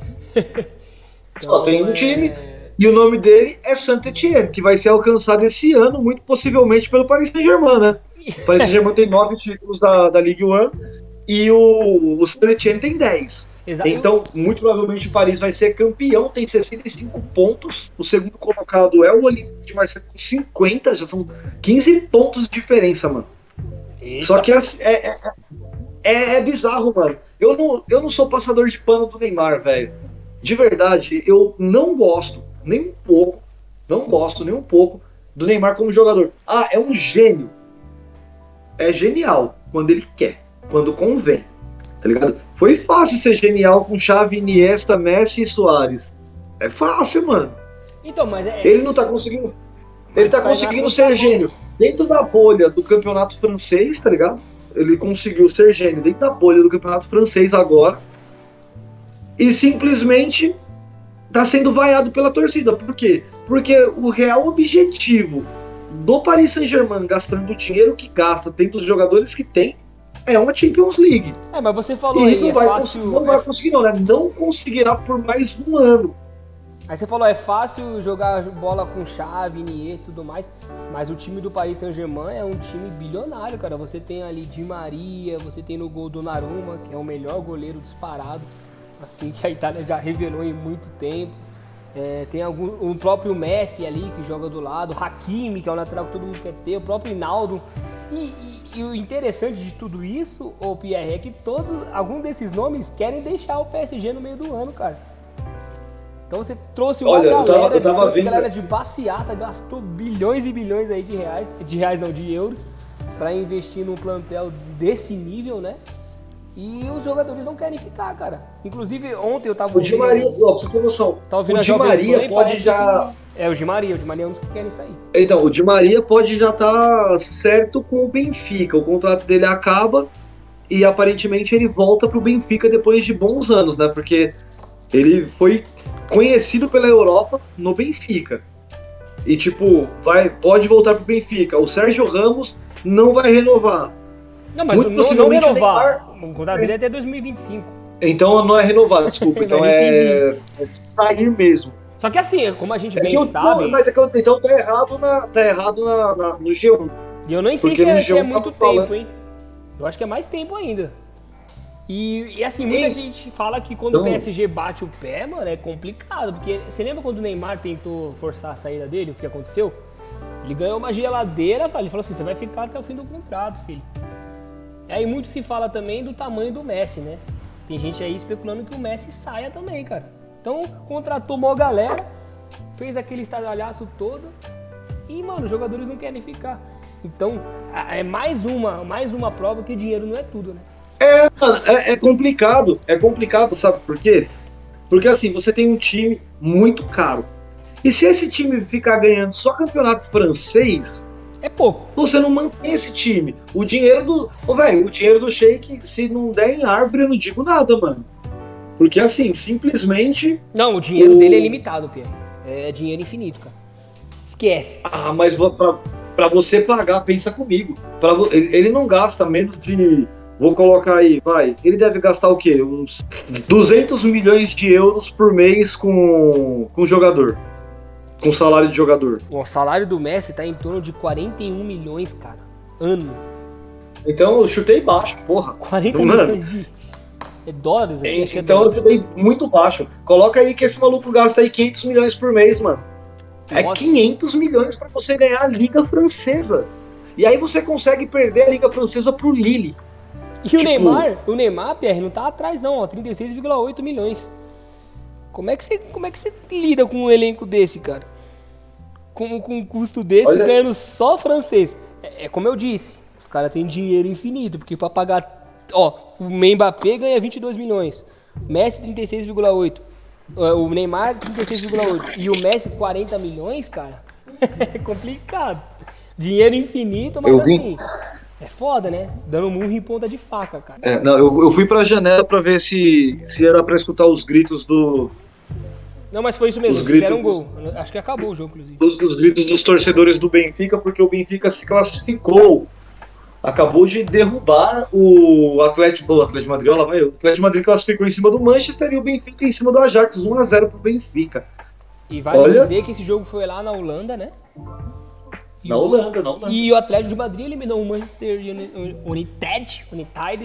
Só tem um é- time, e o nome dele é Saint-Étienne, que vai ser alcançado esse ano, muito possivelmente pelo Paris Saint-Germain, né? O Paris Saint-Germain tem nove títulos da, da Ligue um e o, o Saint-Étienne tem dez. Exato. Então, muito provavelmente o Paris vai ser campeão, tem sessenta e cinco pontos. O segundo colocado é o Olympique de Marseille com cinquenta, já são quinze pontos de diferença, mano. Eita. Só que é, é, é, é bizarro, mano. Eu não, eu não sou passador de pano do Neymar, velho. De verdade, eu não gosto nem um pouco, não gosto nem um pouco do Neymar como jogador. Ah, é um gênio. É genial quando ele quer, quando convém. Tá ligado? Foi fácil ser genial com Xavi, Iniesta, Messi e Suárez. É fácil, mano. Então, mas é... Ele não tá conseguindo. Ele tá Mas vai conseguindo dar ser conta gênio dentro da bolha do campeonato francês, tá ligado? Ele conseguiu ser gênio dentro da bolha do campeonato francês agora. E simplesmente tá sendo vaiado pela torcida. Por quê? Porque o real objetivo do Paris Saint-Germain, gastando o dinheiro que gasta, tendo os jogadores que tem, é uma Champions League. É, mas você falou E aí, não, é vai, fácil... conseguir, não vai conseguir não, né? Não conseguirá por mais um ano. Aí você falou, é fácil jogar bola com Xavi, Iniesta e tudo mais, mas o time do Paris Saint-Germain é um time bilionário, cara. Você tem ali Di Maria, você tem no gol Donnarumma, que é o melhor goleiro disparado, assim, que a Itália já revelou em muito tempo. É, tem algum, o próprio Messi ali, que joga do lado, Hakimi, que é o lateral que todo mundo quer ter, o próprio Hinaldo. E, e, e o interessante de tudo isso, ô Pierre, é que todos, algum desses nomes querem deixar o P S G no meio do ano, cara. Então você trouxe uma Olha, galera, eu tava, eu tava trouxe vendo... galera de baciata, gastou bilhões e bilhões aí de reais, de reais não, de euros, pra investir num plantel desse nível, né? E os jogadores não querem ficar, cara. Inclusive, ontem eu tava O Di Maria, ó, pra você ter noção, tava ouvindo o a Di Jovem Maria Pan e pode parece já... que- É, o Di Maria, o Di Maria é um dos que querem sair. Então, o Di Maria pode já estar certo com o Benfica. O contrato dele acaba e aparentemente ele volta pro Benfica depois de bons anos, né? Porque ele foi conhecido pela Europa no Benfica. E tipo, vai, pode voltar pro Benfica. O Sérgio Ramos não vai renovar. Não, mas Muito não, não possivelmente o renovar. O contrato dele é até dois mil e vinte e cinco. Então não é renovar, desculpa. Então Vai é, é sair mesmo. Só que assim, como a gente É bem que eu, sabe, não, mas é que eu, então tá errado, na, tá errado na, na- no G um. e eu nem sei porque se é, no se é G um muito tava tempo, falando- hein? Eu acho que é mais tempo ainda. E, e assim, muita E- gente fala que quando o Não. P S G bate o pé, mano, é complicado. Porque você lembra quando o Neymar tentou forçar a saída dele? O que aconteceu? Ele ganhou uma geladeira, ele falou assim, você vai ficar até o fim do contrato, filho. E aí muito se fala também do tamanho do Messi, né? Tem gente aí especulando que o Messi saia também, cara. Então, contratou uma galera, fez aquele estardalhaço todo e, mano, os jogadores não querem ficar. Então, a- é mais uma, mais uma prova que dinheiro não é tudo, né? É, mano, é, é complicado. É complicado, sabe por quê? Porque assim, você tem um time muito caro. E se esse time ficar ganhando só campeonato francês, É pouco. você não mantém esse time. O dinheiro do. Ô, velho, o dinheiro do Sheik, se não der em árvore, eu não digo nada, mano. Porque assim, simplesmente. Não, o dinheiro O- dele é limitado, Pierre. É dinheiro infinito, cara. Esquece. Ah, mas vo- pra, pra você pagar, pensa comigo. Pra, vo- ele ele não gasta menos de. Vou colocar aí, vai. Ele deve gastar o quê? Uns duzentos milhões de euros por mês com, com jogador. Com salário de jogador. O salário do Messi tá em torno de quarenta e um milhões, cara. Ano. Então eu chutei baixo, porra. quarenta Mano, milhões de é dólares, aqui, acho que é Então eu dólares. chutei muito baixo. Coloca aí que esse maluco gasta aí quinhentos milhões por mês, mano. É Nossa. quinhentos milhões pra você ganhar a Liga Francesa. E aí você consegue perder a Liga Francesa pro Lille. E o Tipo- Neymar, o Neymar, Pierre, não tá atrás não, ó, trinta e seis vírgula oito milhões. Como é que você, como é que você lida com um elenco desse, cara? Com, com um custo desse, Olha- ganhando só francês. É, é como eu disse, os caras têm dinheiro infinito, porque pra pagar, ó, o Mbappé ganha vinte e dois milhões, Messi trinta e seis vírgula oito, o Neymar trinta e seis vírgula oito e o Messi quarenta milhões, cara. É complicado. Dinheiro infinito, mas Eu vi- assim, é foda, né? Dando murro em ponta de faca, cara. É, não, eu, eu fui pra janela pra ver se, se era pra escutar os gritos do. Não, mas foi isso mesmo, Os eles fizeram um gritos gol. Acho que acabou o jogo, inclusive. Os, os gritos dos torcedores do Benfica, porque o Benfica se classificou. Acabou de derrubar o Atlético, o Atlético de Madrid, olha lá, vai, o Atlético de Madrid classificou em cima do Manchester e o Benfica em cima do Ajax, um a zero pro Benfica. E vale Olha. dizer que esse jogo foi lá na Holanda, né? Na Holanda, na Holanda. E o Atlético de Madrid eliminou o Manchester United, United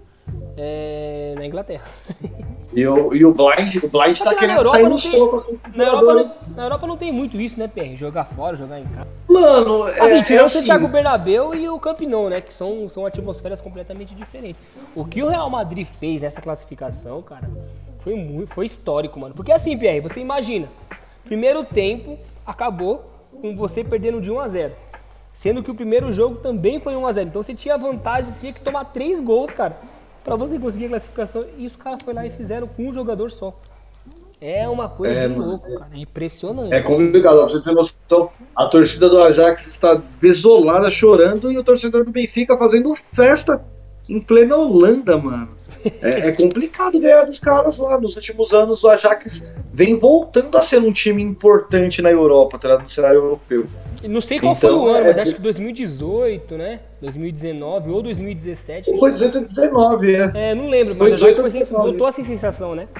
é, na Inglaterra. E o, e o Blind, o Blind tá querendo sair no soco. Na Europa, não, na Europa não tem muito isso, né, P R? Jogar fora, jogar em casa. Mano, é assim, tirando é o assim. Santiago Bernabéu e o Camp Nou, né, que são, são atmosferas completamente diferentes. O que o Real Madrid fez nessa classificação, cara, foi muito, foi histórico, mano. Porque assim, P R, você imagina, primeiro tempo acabou com você perdendo de um a zero. Sendo que o primeiro jogo também foi um a zero. Então você tinha vantagem, você tinha que tomar três gols, cara, pra você conseguir a classificação. E os caras foram lá e fizeram com um jogador só. É uma coisa É, de mano, louco, cara. É impressionante. É complicado, pra você ter noção. A torcida do Ajax está desolada, chorando, e o torcedor do Benfica fazendo festa em plena Holanda, mano. É, é complicado ganhar dos caras lá. Nos últimos anos, o Ajax vem voltando a ser um time importante na Europa, tá, no cenário europeu. Não sei qual então, foi o ano, é, mas acho que dois mil e dezoito, né? dois mil e dezenove ou dois mil e dezessete. Foi dezoito e dezenove, é. É, não lembro, Foi mas dezoito foi, e dezenove. voltou essa sensação, né?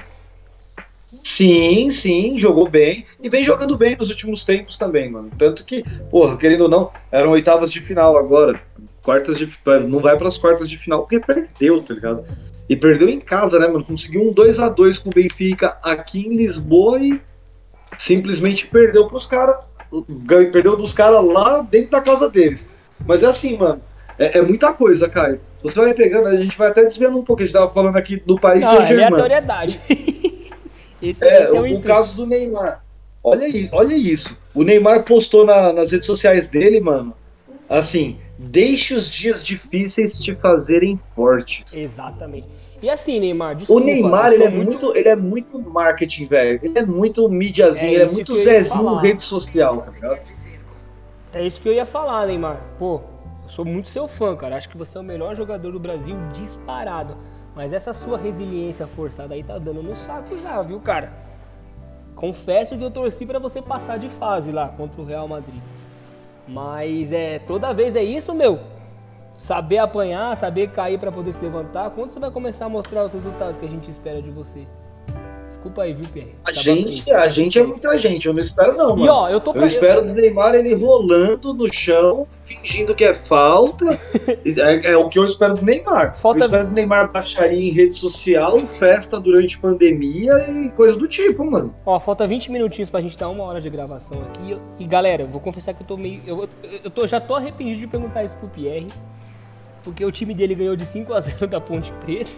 Sim, sim, jogou bem. E vem jogando bem nos últimos tempos também, mano. Tanto que, porra, querendo ou não, eram oitavas de final agora. Quartas de não vai pras quartas de final, porque perdeu, tá ligado? E perdeu em casa, né, mano? Conseguiu um dois a dois com o Benfica aqui em Lisboa e simplesmente perdeu pros caras. Perdeu dos caras lá dentro da casa deles. Mas é assim, mano. É, é muita coisa, Caio. Você vai pegando, a gente vai até desviando um pouco. A gente tava falando aqui do Paris Não, Saint-Germain. aleatoriedade. Esse, É, esse é o, o, o caso do Neymar. Olha isso, olha isso. O Neymar postou na, nas redes sociais dele, mano, assim, deixe os dias difíceis te fazerem fortes. Exatamente. E assim, Neymar, desculpa, O Neymar, ele é muito... muito, ele é muito marketing, velho. Ele é muito mídiazinho, É ele é isso muito que eu ia Zezinho falar. rede social, tá ligado? É isso que eu ia falar, Neymar. Pô, eu sou muito seu fã, cara. Acho que você é o melhor jogador do Brasil disparado. Mas essa sua resiliência forçada aí tá dando no saco já, viu, cara? Confesso que eu torci pra você passar de fase lá contra o Real Madrid. Mas é, toda vez é isso, meu. Saber apanhar, saber cair pra poder se levantar. Quando você vai começar a mostrar os resultados que a gente espera de você? Desculpa aí, viu, Pierre? A gente, a gente é muita gente, eu não espero não, mano. E ó, eu tô pra... Eu espero do Neymar ele rolando no chão, fingindo que é falta. é, é o que eu espero do Neymar. Falta... Eu espero do Neymar baixaria em rede social, festa durante pandemia e coisa do tipo, mano. Ó, falta vinte minutinhos pra gente dar uma hora de gravação aqui. E galera, eu vou confessar que eu tô meio... Eu, eu tô, já tô arrependido de perguntar isso pro Pierre. Porque o time dele ganhou de cinco a zero da Ponte Preta.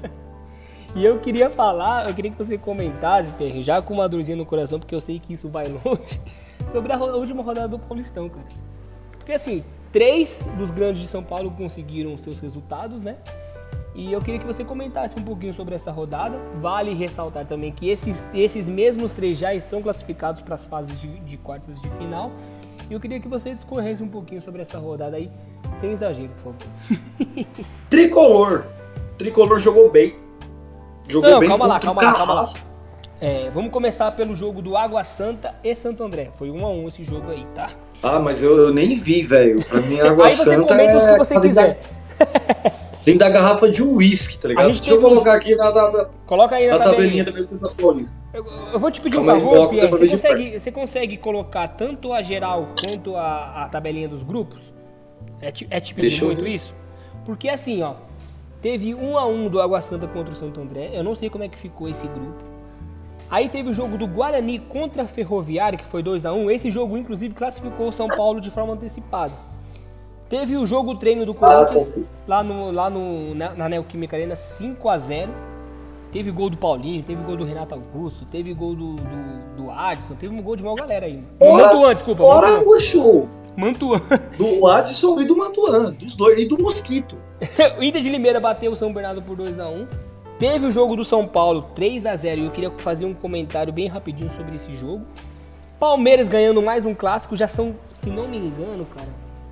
E eu queria falar, eu queria que você comentasse, Pierre, já com uma dorzinha no coração, porque eu sei que isso vai longe, sobre a, ro- a última rodada do Paulistão, cara. Porque assim, três dos grandes de São Paulo conseguiram seus resultados, né? E eu queria que você comentasse um pouquinho sobre essa rodada. Vale ressaltar também que esses, esses mesmos três já estão classificados para as fases de, de quartas de final. E eu queria que você discorresse um pouquinho sobre essa rodada aí, sem exagero, por favor. Tricolor. Tricolor jogou bem. Jogou Não, bem calma lá, contra o calma lá, calma lá. Carrasco. É, vamos começar pelo jogo do Água Santa e Santo André. Foi um a um esse jogo aí, tá? Ah, mas eu, eu nem vi, velho. Pra mim, Água Aí você Santa comenta os que é você dentro quiser. Da, dentro da garrafa de uísque, tá ligado? A gente Deixa eu teve um- colocar aqui na, na, na, Coloca aí na, na tabelinha tabelinha. da Campeonato Paulista. Eu, eu vou te pedir um Calma aí, favor, coloca Pierre. pra Você ver de consegue, você consegue colocar tanto a geral quanto a, a tabelinha dos grupos? É te, é te pedir Deixa eu muito ver. isso? Porque assim, ó, teve um a um do Água Santa contra o Santo André. Eu não sei como é que ficou esse grupo. Aí teve o jogo do Guarani contra a Ferroviária, que foi dois a um. Esse jogo, inclusive, classificou o São Paulo de forma antecipada. Teve o jogo treino do Corinthians, lá, no, lá no, na, na Neoquímica Arena, cinco a zero. Teve gol do Paulinho, teve gol do Renato Augusto, teve gol do, do, do Adson, teve um gol de uma galera aí. Ora- Mantuan, desculpa. Ora Mantuan. o show Mantuan. do Adson e do Mantuan, dos dois, e do Mosquito. O Inter de Limeira bateu o São Bernardo por dois a um. Teve o jogo do São Paulo, três a zero, e eu queria fazer um comentário bem rapidinho sobre esse jogo. Palmeiras ganhando mais um clássico, já são, se não me engano, cara,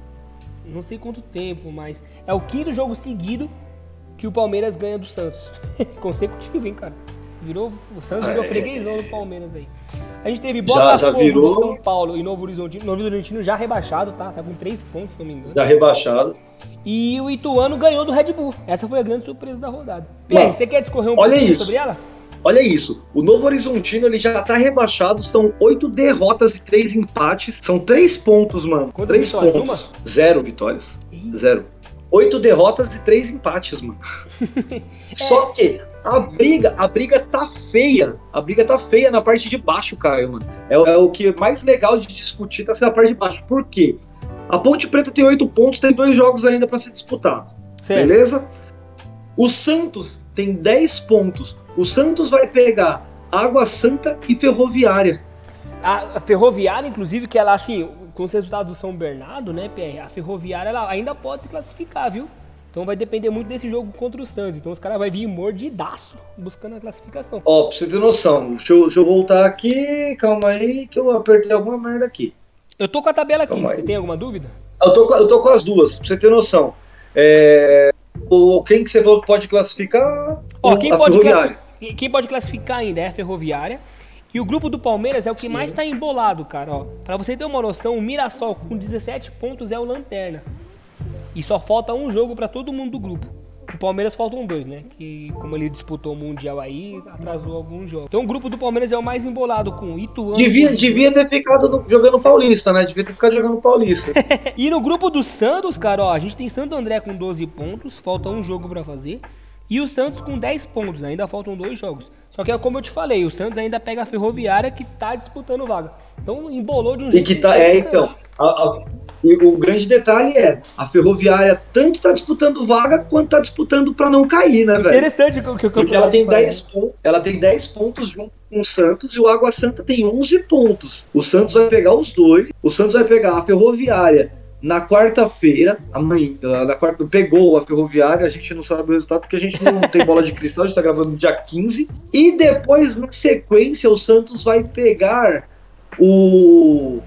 não sei quanto tempo, mas é o quinto jogo seguido que o Palmeiras ganha do Santos. Consecutivo, hein, cara? Virou, o Santos virou É. freguesão do Palmeiras aí. A gente teve Já- Botafogo já virou. de São Paulo e Novo Horizontino. Novo Horizontino já rebaixado, tá? Tá com três pontos, se não me engano. Da rebaixada. E o Ituano ganhou do Red Bull. Essa foi a grande surpresa da rodada. Pierre, Não. você quer discorrer um Olha pouquinho isso. sobre ela? olha isso, o Novo Horizontino ele já tá rebaixado, são oito derrotas e três empates, são três pontos, mano. Quantas três vitórias? pontos. Uma? Zero vitórias. Zero. Oito derrotas e três empates, mano. é. Só que a briga, a briga tá feia. A briga tá feia na parte de baixo, Caio, mano. É, é o que é mais legal de discutir, tá na parte de baixo. Por quê? A Ponte Preta tem oito pontos, tem dois jogos ainda pra se disputar. Certo. Beleza? O Santos tem dez pontos. O Santos vai pegar Água Santa e Ferroviária. A Ferroviária, inclusive, que ela, assim, com os resultados do São Bernardo, né, P R, a Ferroviária ela ainda pode se classificar, viu? Então vai depender muito desse jogo contra o Santos. Então os caras vão vir mordidaço buscando a classificação. Ó, pra você ter noção, deixa eu, deixa eu voltar aqui, calma aí, que eu apertei alguma merda aqui. Eu tô com a tabela aqui, calma você aí. Tem alguma dúvida? Eu tô, eu tô com as duas, pra você ter noção. É... O, quem que você falou que pode classificar? Ó, quem pode, classi... quem pode classificar ainda é a Ferroviária. E o grupo do Palmeiras é o que Sim. mais tá embolado, cara. Ó, pra você ter uma noção, o Mirassol com dezessete pontos é o lanterna. E só falta um jogo pra todo mundo do grupo. O Palmeiras faltam dois, né? Que como ele disputou o Mundial aí, atrasou alguns jogos. Então o grupo do Palmeiras é o mais embolado com Ituano. Devia, devia ter ficado no, jogando Paulista, né? Devia ter ficado jogando Paulista. E no grupo do Santos, cara, ó, a gente tem Santo André com doze pontos, falta um jogo pra fazer. E o Santos com dez pontos, ainda faltam dois jogos. Só que é como eu te falei, o Santos ainda pega a Ferroviária que tá disputando vaga. Então embolou de um jeito. E que tá, é, então. A, a, e o grande detalhe é, a Ferroviária tanto tá disputando vaga quanto tá disputando pra não cair, né, velho? Interessante o que eu Porque ela tem dez pontos, ela tem dez pontos junto com o Santos e o Água Santa tem onze pontos. O Santos vai pegar os dois, o Santos vai pegar a Ferroviária na quarta-feira, amanhã, na quarta, pegou a Ferroviária, a gente não sabe o resultado porque a gente não tem bola de cristal, a gente tá gravando no dia quinze, e depois, na sequência, o Santos vai pegar o...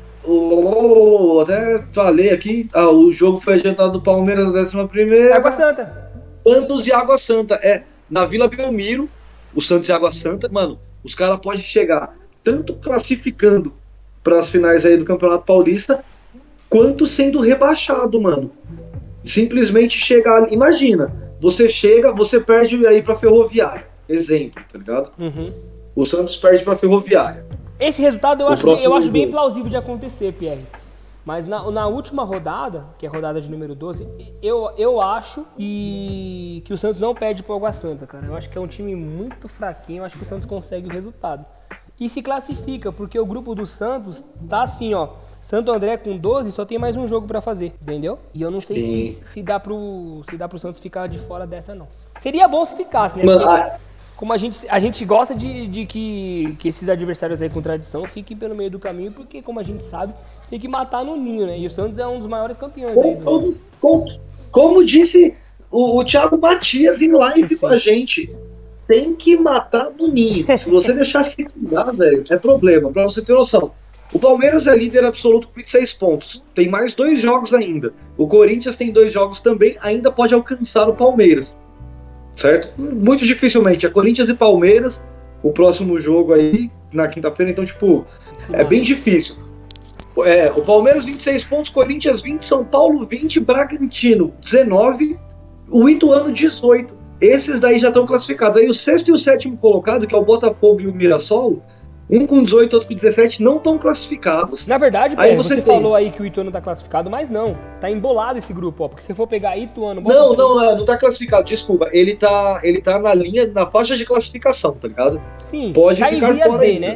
o até falei aqui, ah, o jogo foi adiantado do Palmeiras na décima primeira. Água Santa. Santos e Água Santa, é, na Vila Belmiro, o Santos e Água Santa, mano, os caras podem chegar tanto classificando para as finais aí do Campeonato Paulista, quanto sendo rebaixado, mano. Simplesmente chegar... Imagina, você chega, você perde aí pra Ferroviária. Exemplo, tá ligado? Uhum. O Santos perde pra Ferroviária. Esse resultado eu, acho bem, eu acho bem plausível de acontecer, Pierre. Mas na, na última rodada, que é a rodada de número doze, eu, eu acho que, que o Santos não perde pro Água Santa, cara. Eu acho que é um time muito fraquinho, eu acho que o Santos consegue o resultado. E se classifica, porque o grupo do Santos tá assim, ó... Santo André com doze só tem mais um jogo pra fazer, entendeu? E eu não sei se, se, dá pro, se dá pro Santos ficar de fora dessa, não. Seria bom se ficasse, né? Porque, Mano, como a gente, a gente gosta de, de que, que esses adversários aí com tradição fiquem pelo meio do caminho, porque, como a gente sabe, tem que matar no ninho, né? E o Santos é um dos maiores campeões como, aí do como, como, como disse o, o Thiago Matias em live Sim. com a gente, tem que matar no ninho. Se você deixar se cuidar, velho, é problema, pra você ter noção. O Palmeiras é líder absoluto com vinte e seis pontos. Tem mais dois jogos ainda. O Corinthians tem dois jogos também, ainda pode alcançar o Palmeiras. Certo? Muito dificilmente. É Corinthians e Palmeiras, o próximo jogo aí, na quinta-feira. Então, tipo, Sim, é bem difícil. É, o Palmeiras vinte e seis pontos, Corinthians vinte, São Paulo vinte, Bragantino dezenove, o Ituano dezoito. Esses daí já estão classificados. Aí o sexto e o sétimo colocado, que é o Botafogo e o Mirassol, um com dezoito, outro com dezessete, não estão classificados. Na verdade, aí você, você tem... falou aí que o Ituano tá classificado, mas não. Tá embolado esse grupo, ó. Porque se você for pegar Ituano... Não, não, não, não tá classificado, desculpa. Ele tá, ele tá na linha, na faixa de classificação, tá ligado? Sim, pode tá ficar em vias fora D, ainda. Né?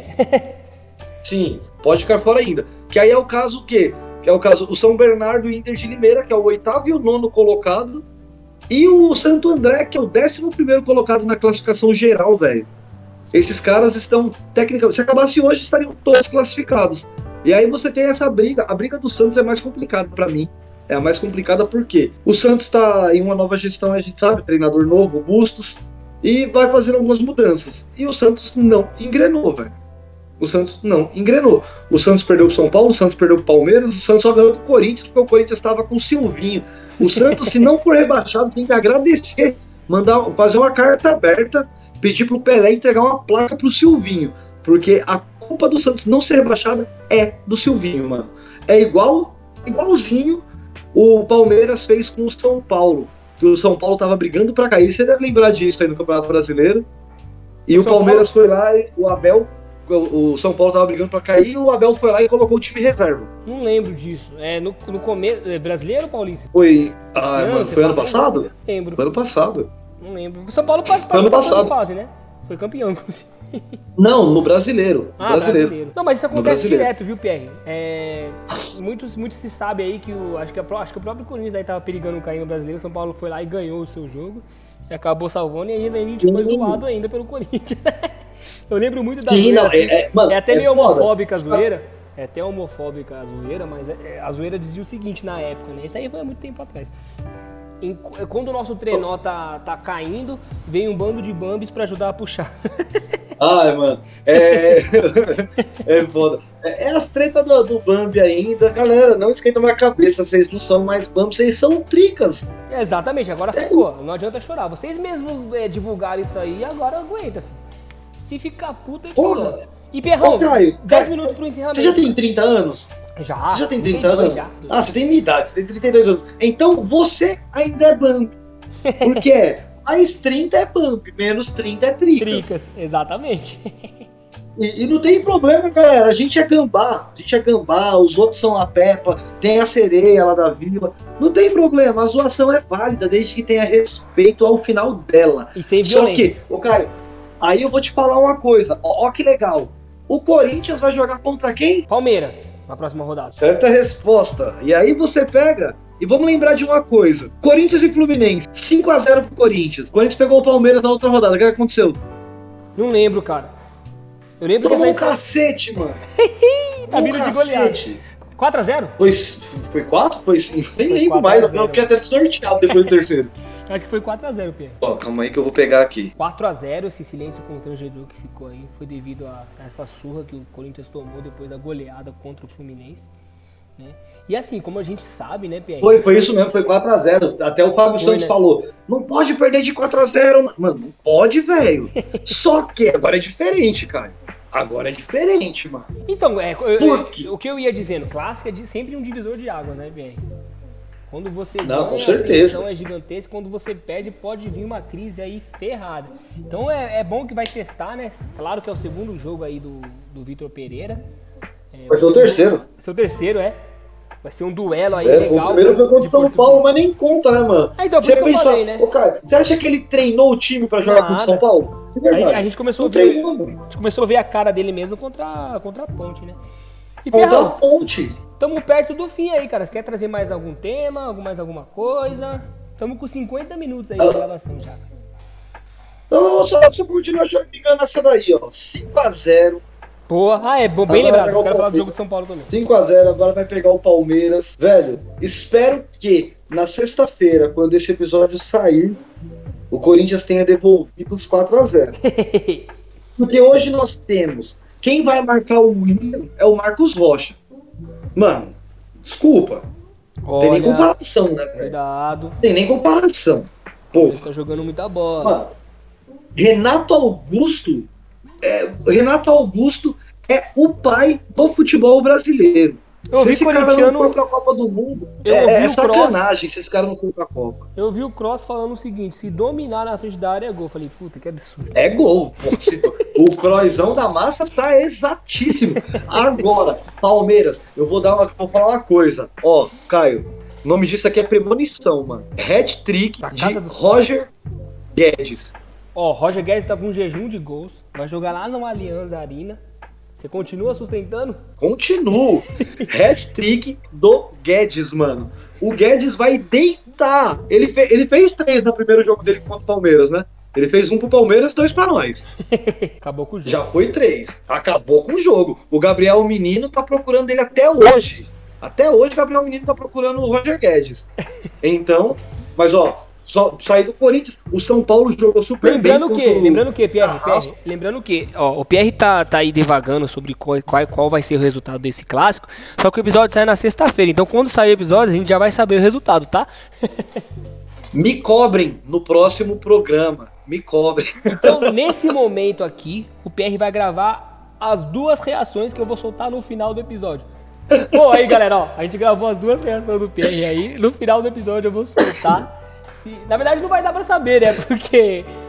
Sim, pode ficar fora ainda. Que aí é o caso o quê? Que é o caso o São Bernardo e o Inter de Limeira, que é o oitavo e o nono colocado. E o Santo André, que é o décimo primeiro colocado na classificação geral, velho. Esses caras estão, tecnicamente, se acabasse hoje, estariam todos classificados. E aí você tem essa briga. A briga do Santos é mais complicada pra mim. É a mais complicada porque o Santos está em uma nova gestão, a gente sabe, treinador novo, Bustos, e vai fazer algumas mudanças. E o Santos não engrenou, velho. O Santos não engrenou. O Santos perdeu pro São Paulo, o Santos perdeu pro Palmeiras, o Santos só ganhou do Corinthians porque o Corinthians estava com o Silvinho. O Santos, se não for rebaixado, tem que agradecer, mandar, fazer uma carta aberta, pedir pro Pelé entregar uma placa pro Silvinho, porque a culpa do Santos não ser rebaixado é do Silvinho, mano. É igual, igualzinho o Palmeiras fez com o São Paulo, que o São Paulo tava brigando pra cair, você deve lembrar disso aí no Campeonato Brasileiro, E o, o Palmeiras Paulo... foi lá e o Abel, o São Paulo tava brigando pra cair, e o Abel foi lá e colocou o time reserva. Não lembro disso. É no, no começo. É brasileiro ou paulista? Foi. Ah, ano, mano, foi ano passado? Não lembro. Foi ano passado. Não lembro. O São Paulo pode foi ano passado. De fase, né? Foi campeão, inclusive. Não, no brasileiro. Ah, brasileiro. brasileiro. Não, mas isso acontece direto, viu, Pierre? É, muitos, muitos se sabe aí que o. Acho que, a, acho que o próprio Corinthians aí tava perigando cair no brasileiro. O São Paulo foi lá e ganhou o seu jogo. E acabou salvando e ainda a gente foi zoado ainda pelo Corinthians. Eu lembro muito da Sim, zoeira, não, assim, é, é, mano, é até é meio foda. homofóbica a zoeira. É até homofóbica a zoeira, mas é, a zoeira dizia o seguinte na época, né? Isso aí foi há muito tempo atrás. Em, quando o nosso trenó tá, tá caindo, vem um bando de bambis pra ajudar a puxar. Ai, mano, é. É foda. É, é as tretas do, do Bambi ainda. Galera, não esquenta minha cabeça. Vocês não são mais Bambi, vocês são tricas. Exatamente, agora é. ficou. Não adianta chorar. Vocês mesmos é, divulgaram isso aí, agora aguenta, filho. Se ficar puta, é porra. E Perrão, Ô, Caio, dez Caio, minutos pro encerramento. Você já tem trinta anos? Já. Você já tem trinta anos? Já. Ah, você tem minha idade, você tem trinta e dois anos. Então você ainda é Bambi. Porque é mais trinta é Bambi, menos trinta é tricas. Tricas, exatamente. E, e não tem problema, galera. A gente é gambá. A gente é gambá, os outros são a Peppa, tem a sereia lá da vila. Não tem problema, a zoação é válida, desde que tenha respeito ao final dela. E sem violência. Só que, ô Caio, aí eu vou te falar uma coisa. Ó, ó que legal. O Corinthians vai jogar contra quem? Palmeiras, na próxima rodada. Certa resposta. E aí você pega... E vamos lembrar de uma coisa. Corinthians e Fluminense. cinco a zero pro Corinthians. O Corinthians pegou o Palmeiras na outra rodada. O que aconteceu? Não lembro, cara. Eu lembro Tomou que um cacete, mano. Tá vindo de goleada. quatro a zero? Foi, foi quatro? Foi cinco? Nem lembro mais. Eu fiquei até sorteado depois do terceiro. Acho que foi quatro a zero, Pierre. Ó, calma aí que eu vou pegar aqui. quatro a zero, esse silêncio constrangedor que ficou aí foi devido a essa surra que o Corinthians tomou depois da goleada contra o Fluminense, né? E assim, como a gente sabe, né, Pierre? Foi, foi isso mesmo, foi quatro a zero. Até o Fábio Foi, Santos né? falou, não pode perder de quatro a zero. Mano, não pode, velho. Só que agora é diferente, cara. Agora é diferente, mano. Então, é, eu, Por quê? eu, o que eu ia dizendo, clássico é de, sempre um divisor de águas, né, Pierre? Quando você Não, ganha, com a certeza. seleção é gigantesca. Quando você perde, pode vir uma crise aí ferrada. Então é, é bom que vai testar, né? Claro que é o segundo jogo aí do, do Vitor Pereira. É, Vai ser o terceiro. Seu terceiro, é. Vai ser um duelo aí É, legal. o primeiro foi contra o São Português. Paulo, mas nem conta, né, mano? Ah, então, por você isso que eu pensa, falei, né? ô, cara, você acha que ele treinou o time pra jogar Nada. contra o São Paulo? De Aí, verdade. a gente começou Não a ver, treinou, mano. a gente começou a ver a cara dele mesmo contra, contra a Ponte, né? E Contra a Perrão, Ponte. tamo perto do fim aí, cara. Você quer trazer mais algum tema, algum- mais alguma coisa? Tamo com cinquenta minutos aí de gravação já. Então, só, só continuar jogando essa daí, ó. cinco a zero. Boa. Ah, é bom, bem Agora lembrado. vai pegar Eu o quero falar do Palmeiras. jogo de São Paulo também. cinco a zero, agora vai pegar o Palmeiras. Velho, espero que na sexta-feira, quando esse episódio sair, o Corinthians tenha devolvido os quatro a zero. Porque hoje nós temos... Quem vai marcar o William é o Marcos Rocha. Mano, desculpa. Não tem nem Olha, comparação, né, velho? cuidado. Não tem nem comparação. Ele Pô, tá jogando muita bola. mano, Renato Augusto... É, Renato Augusto é o pai do futebol brasileiro. Eu Se vi esse cara não corintiano- for pra Copa do Mundo, Eu é, ouvi é o sacanagem se esse cara não for pra Copa. Eu vi o Cross falando o seguinte: se dominar na frente da área é gol. Falei, puta, que absurdo. É gol. Pô, se- o Croizão da massa tá exatíssimo. Agora, Palmeiras, eu vou, dar uma, vou falar uma coisa. Ó, Caio, o nome disso aqui é premonição, mano. Hat-trick Na de casa do- Roger Guedes. Ó, Roger Guedes tá com um jejum de gols. Vai jogar lá no Allianz Arena. Você continua sustentando? Continuo. Hat-trick do Guedes, mano. O Guedes vai deitar. Ele, fe- ele fez três no primeiro jogo dele contra o Palmeiras, né? Ele fez um pro Palmeiras e dois pra nós. Acabou com o jogo. Já foi três. Acabou com o jogo. O Gabriel Menino tá procurando ele até hoje. Até hoje o Gabriel Menino tá procurando o Roger Guedes. Então, mas ó, só sair do Corinthians, o São Paulo jogou super Lembrando o bem. quê? contra o- Lembrando o quê, Pierre? Ah, Pierre? Lembrando o quê? Ó, o Pierre tá, tá aí devagando sobre qual, qual, qual vai ser o resultado desse clássico. Só que o episódio sai na sexta-feira. Então quando sair o episódio, a gente já vai saber o resultado, tá? Me cobrem no próximo programa. Me cobrem. Então, nesse momento aqui, o Pierre vai gravar as duas reações que eu vou soltar no final do episódio. Bom, aí galera, ó, a gente gravou as duas reações do Pierre aí. No final do episódio eu vou soltar. Se... Na verdade não vai dar pra saber, né? Porque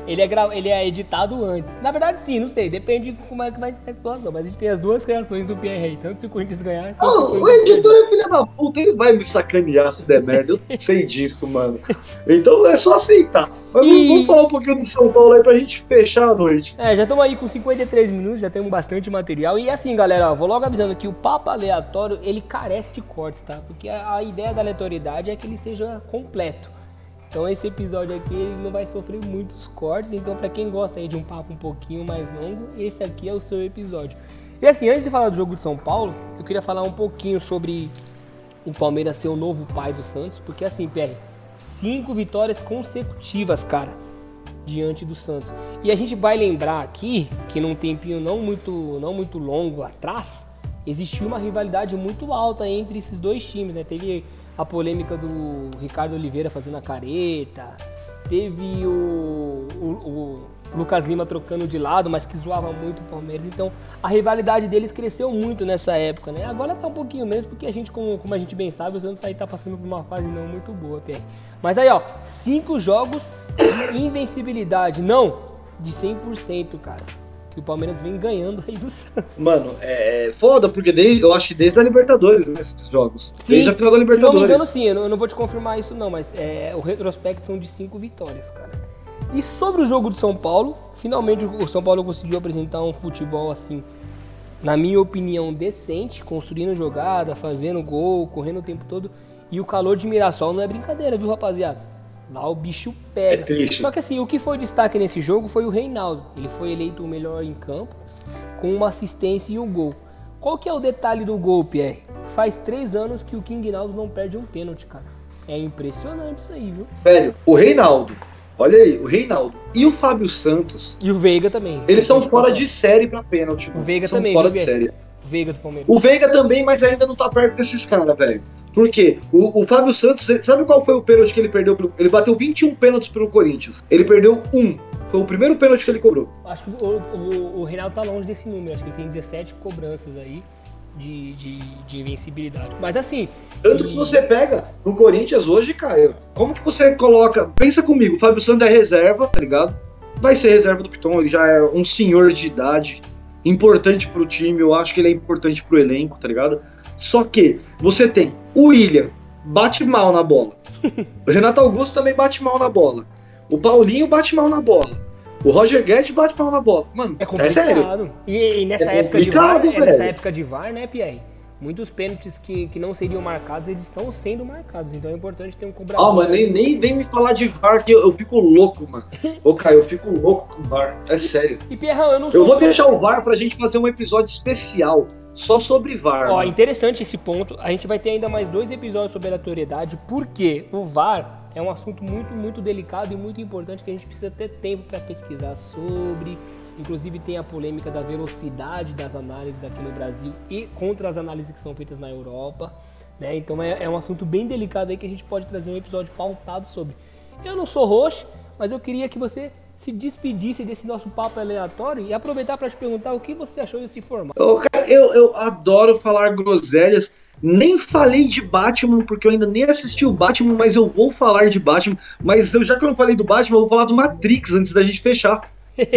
ele é, gra... ele é editado antes. Na verdade, sim, não sei, depende de como é que vai ser a situação. Mas a gente tem as duas reações do Pierre aí, tanto se o Corinthians ganhar... Ah, o, o editor é filha da puta, ele vai me sacanear se der merda, eu sei disso, mano. Então é só aceitar. Mas e... vamos falar um pouquinho do São Paulo aí pra gente fechar a noite. É, já estamos aí com cinquenta e três minutos, já temos bastante material. E assim, galera, ó, vou logo avisando que o papo aleatório, ele carece de cortes, tá? Porque a, a ideia da aleatoriedade é que ele seja completo. Então esse episódio aqui ele não vai sofrer muitos cortes, então pra quem gosta aí de um papo um pouquinho mais longo, esse aqui é o seu episódio. E assim, antes de falar do jogo de São Paulo, eu queria falar um pouquinho sobre o Palmeiras ser o novo pai do Santos, porque assim, Pierre, cinco vitórias consecutivas, cara, diante do Santos. E a gente vai lembrar aqui que num tempinho não muito, não muito longo atrás, existiu uma rivalidade muito alta entre esses dois times, né? Teve a polêmica do Ricardo Oliveira fazendo a careta, teve o, o, o Lucas Lima trocando de lado, mas que zoava muito o Palmeiras. Então a rivalidade deles cresceu muito nessa época, né? Agora tá um pouquinho menos, porque a gente, como, como a gente bem sabe, o Santos aí tá passando por uma fase não muito boa, Pierre. Mas aí, ó, cinco jogos de invencibilidade, não, de cem por cento, cara. Que o Palmeiras vem ganhando aí do Santos. Mano, é foda, porque desde, eu acho que desde a Libertadores, né, esses jogos. Sim, desde a final da Libertadores. Se não me engano, sim, eu não, eu não vou te confirmar isso não, mas é, o retrospecto são de cinco vitórias, cara. E sobre o jogo do São Paulo, finalmente o São Paulo conseguiu apresentar um futebol assim, na minha opinião, decente, construindo jogada, fazendo gol, correndo o tempo todo. E o calor de Mirassol não é brincadeira, viu, rapaziada? Lá o bicho pega. É triste. Só que assim, o que foi destaque nesse jogo foi o Reinaldo. Ele foi eleito o melhor em campo, com uma assistência e um gol. Qual que é o detalhe do gol, Pierre? Faz três anos que o King Naldo não perde um pênalti, cara. É impressionante isso aí, viu? Velho, o Reinaldo, olha aí, o Reinaldo e o Fábio Santos... E o Veiga também. Eles são fora de série pra pênalti. O Veiga são também. fora viu, de série. O Veiga do Palmeiras. O Veiga também, mas ainda não tá perto desses caras, velho. Por quê? O, o Fábio Santos, sabe qual foi o pênalti que ele perdeu? Pro, ele bateu vinte e um pênaltis pelo Corinthians. Ele perdeu um. Foi o primeiro pênalti que ele cobrou. Acho que o, o, o Reinaldo tá longe desse número. Acho que ele tem dezessete cobranças aí de, de, de invencibilidade. Mas assim... Tanto que se você pega no Corinthians hoje, Caio, como que você coloca... Pensa comigo, o Fábio Santos é reserva, tá ligado? Vai ser reserva do Piton, ele já é um senhor de idade. Importante pro time, eu acho que ele é importante pro elenco, tá ligado? Só que você tem o William, bate mal na bola. O Renato Augusto também bate mal na bola. O Paulinho bate mal na bola. O Roger Guedes bate mal na bola. Mano, é complicado. É sério. E, e nessa, é época de V A R, velho. é nessa época de V A R, né, Pierre? Muitos pênaltis que, que não seriam marcados, eles estão sendo marcados. Então é importante ter um cobrador. Ah, mas nem, nem vem me falar de V A R que eu, eu fico louco, mano. Ô, Caio, eu fico louco com o V A R. É sério. E, Pierrão, eu não sou... Eu vou deixar o V A R pra gente fazer um episódio especial só sobre V A R. Ó, mano. Interessante esse ponto. A gente vai ter ainda mais dois episódios sobre aleatoriedade, porque o V A R é um assunto muito, muito delicado e muito importante que a gente precisa ter tempo para pesquisar sobre. Inclusive tem a polêmica da velocidade das análises aqui no Brasil e contra as análises que são feitas na Europa, né? Então é, é um assunto bem delicado aí que a gente pode trazer um episódio pautado sobre. Eu não sou roxo, mas eu queria que você se despedisse desse nosso papo aleatório e aproveitar para te perguntar o que você achou desse formato. Eu, eu, eu adoro falar groselhas. Nem falei de Batman, porque eu ainda nem assisti o Batman, mas eu vou falar de Batman. Mas eu, já que eu não falei do Batman, eu vou falar do Matrix antes da gente fechar.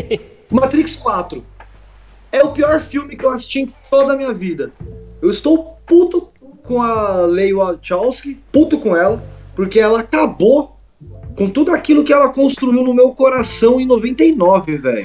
Matrix quatro é o pior filme que eu assisti em toda a minha vida. Eu estou puto com a Leigh Wachowski, puto com ela, porque ela acabou com tudo aquilo que ela construiu no meu coração em noventa e nove, velho.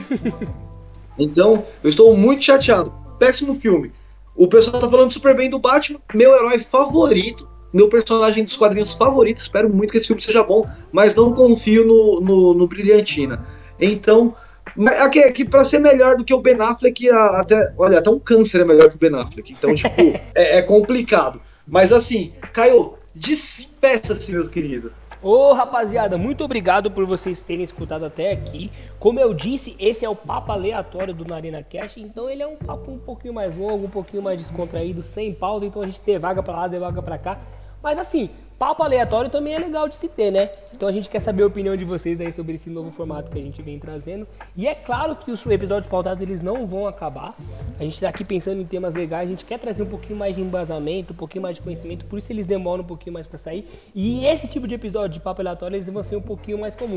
Então, eu estou muito chateado. Péssimo filme. O pessoal tá falando super bem do Batman, meu herói favorito, meu personagem dos quadrinhos favorito. Espero muito que esse filme seja bom, mas não confio no, no, no Brilhantina. Então, aqui, aqui para ser melhor do que o Ben Affleck, até, olha, até um câncer é melhor que o Ben Affleck. Então, tipo, é, é complicado. Mas assim, Caio, despeça-se, meu querido. Ô, rapaziada, muito obrigado por vocês terem escutado até aqui. Como eu disse, esse é o papo aleatório do Narina Cash, então ele é um papo um pouquinho mais longo, um pouquinho mais descontraído, sem pauta, então a gente devaga pra lá, devaga pra cá. Mas assim, papo aleatório também é legal de se ter, né? Então a gente quer saber a opinião de vocês aí sobre esse novo formato que a gente vem trazendo. E é claro que os episódios pautados, eles não vão acabar. A gente tá aqui pensando em temas legais, a gente quer trazer um pouquinho mais de embasamento, um pouquinho mais de conhecimento, por isso eles demoram um pouquinho mais pra sair. E esse tipo de episódio de papo aleatório, eles vão ser um pouquinho mais comuns.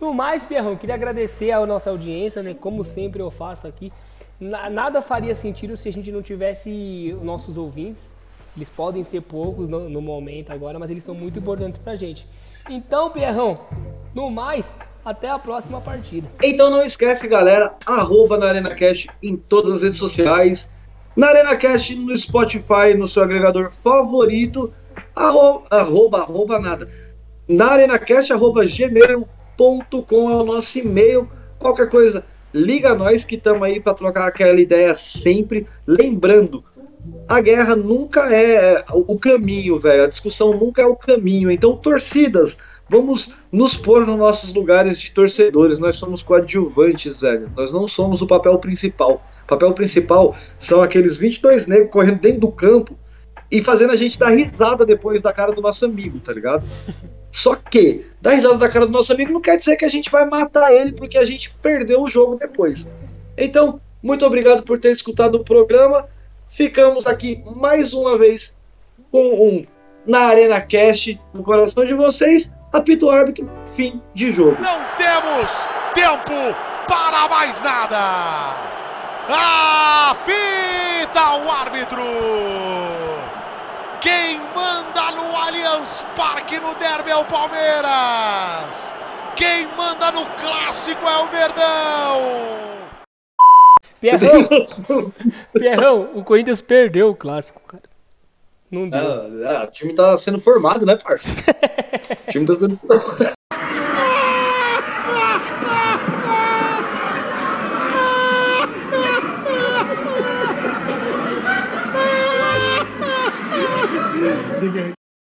No mais, Pierrão, queria agradecer à nossa audiência, né? Como sempre eu faço aqui. Na, nada faria sentido se a gente não tivesse os nossos ouvintes. Eles podem ser poucos no, no momento agora, mas eles são muito importantes pra gente. Então, Pierrão, no mais, até a próxima partida. Então não esquece, galera, arroba na ArenaCast em todas as redes sociais. Na ArenaCast no Spotify, no seu agregador favorito. Arroba, arroba, arroba nada. Na ArenaCast, arroba gmail ponto com é o nosso e-mail. Qualquer coisa, liga a nós que estamos aí para trocar aquela ideia sempre. Lembrando, a guerra nunca é o caminho, velho. A discussão nunca é o caminho. Então, torcidas, vamos nos pôr nos nossos lugares de torcedores. Nós somos coadjuvantes, velho. Nós não somos o papel principal. O papel principal são aqueles vinte e dois negros correndo dentro do campo e fazendo a gente dar risada depois da cara do nosso amigo, tá ligado? Só que, dar risada da cara do nosso amigo não quer dizer que a gente vai matar ele porque a gente perdeu o jogo depois. Então, muito obrigado por ter escutado o programa. Ficamos aqui mais uma vez com um Na ArenaCast no coração de vocês. Apito o árbitro, fim de jogo. Não temos tempo para mais nada. Apita o árbitro. Quem manda no Allianz Parque no derby é o Palmeiras. Quem manda no clássico é o Verdão. Pierrão, Pierrão, o Corinthians perdeu o clássico, cara. Não deu. Ah, ah, o time tá sendo formado, né, parça? O time tá sendo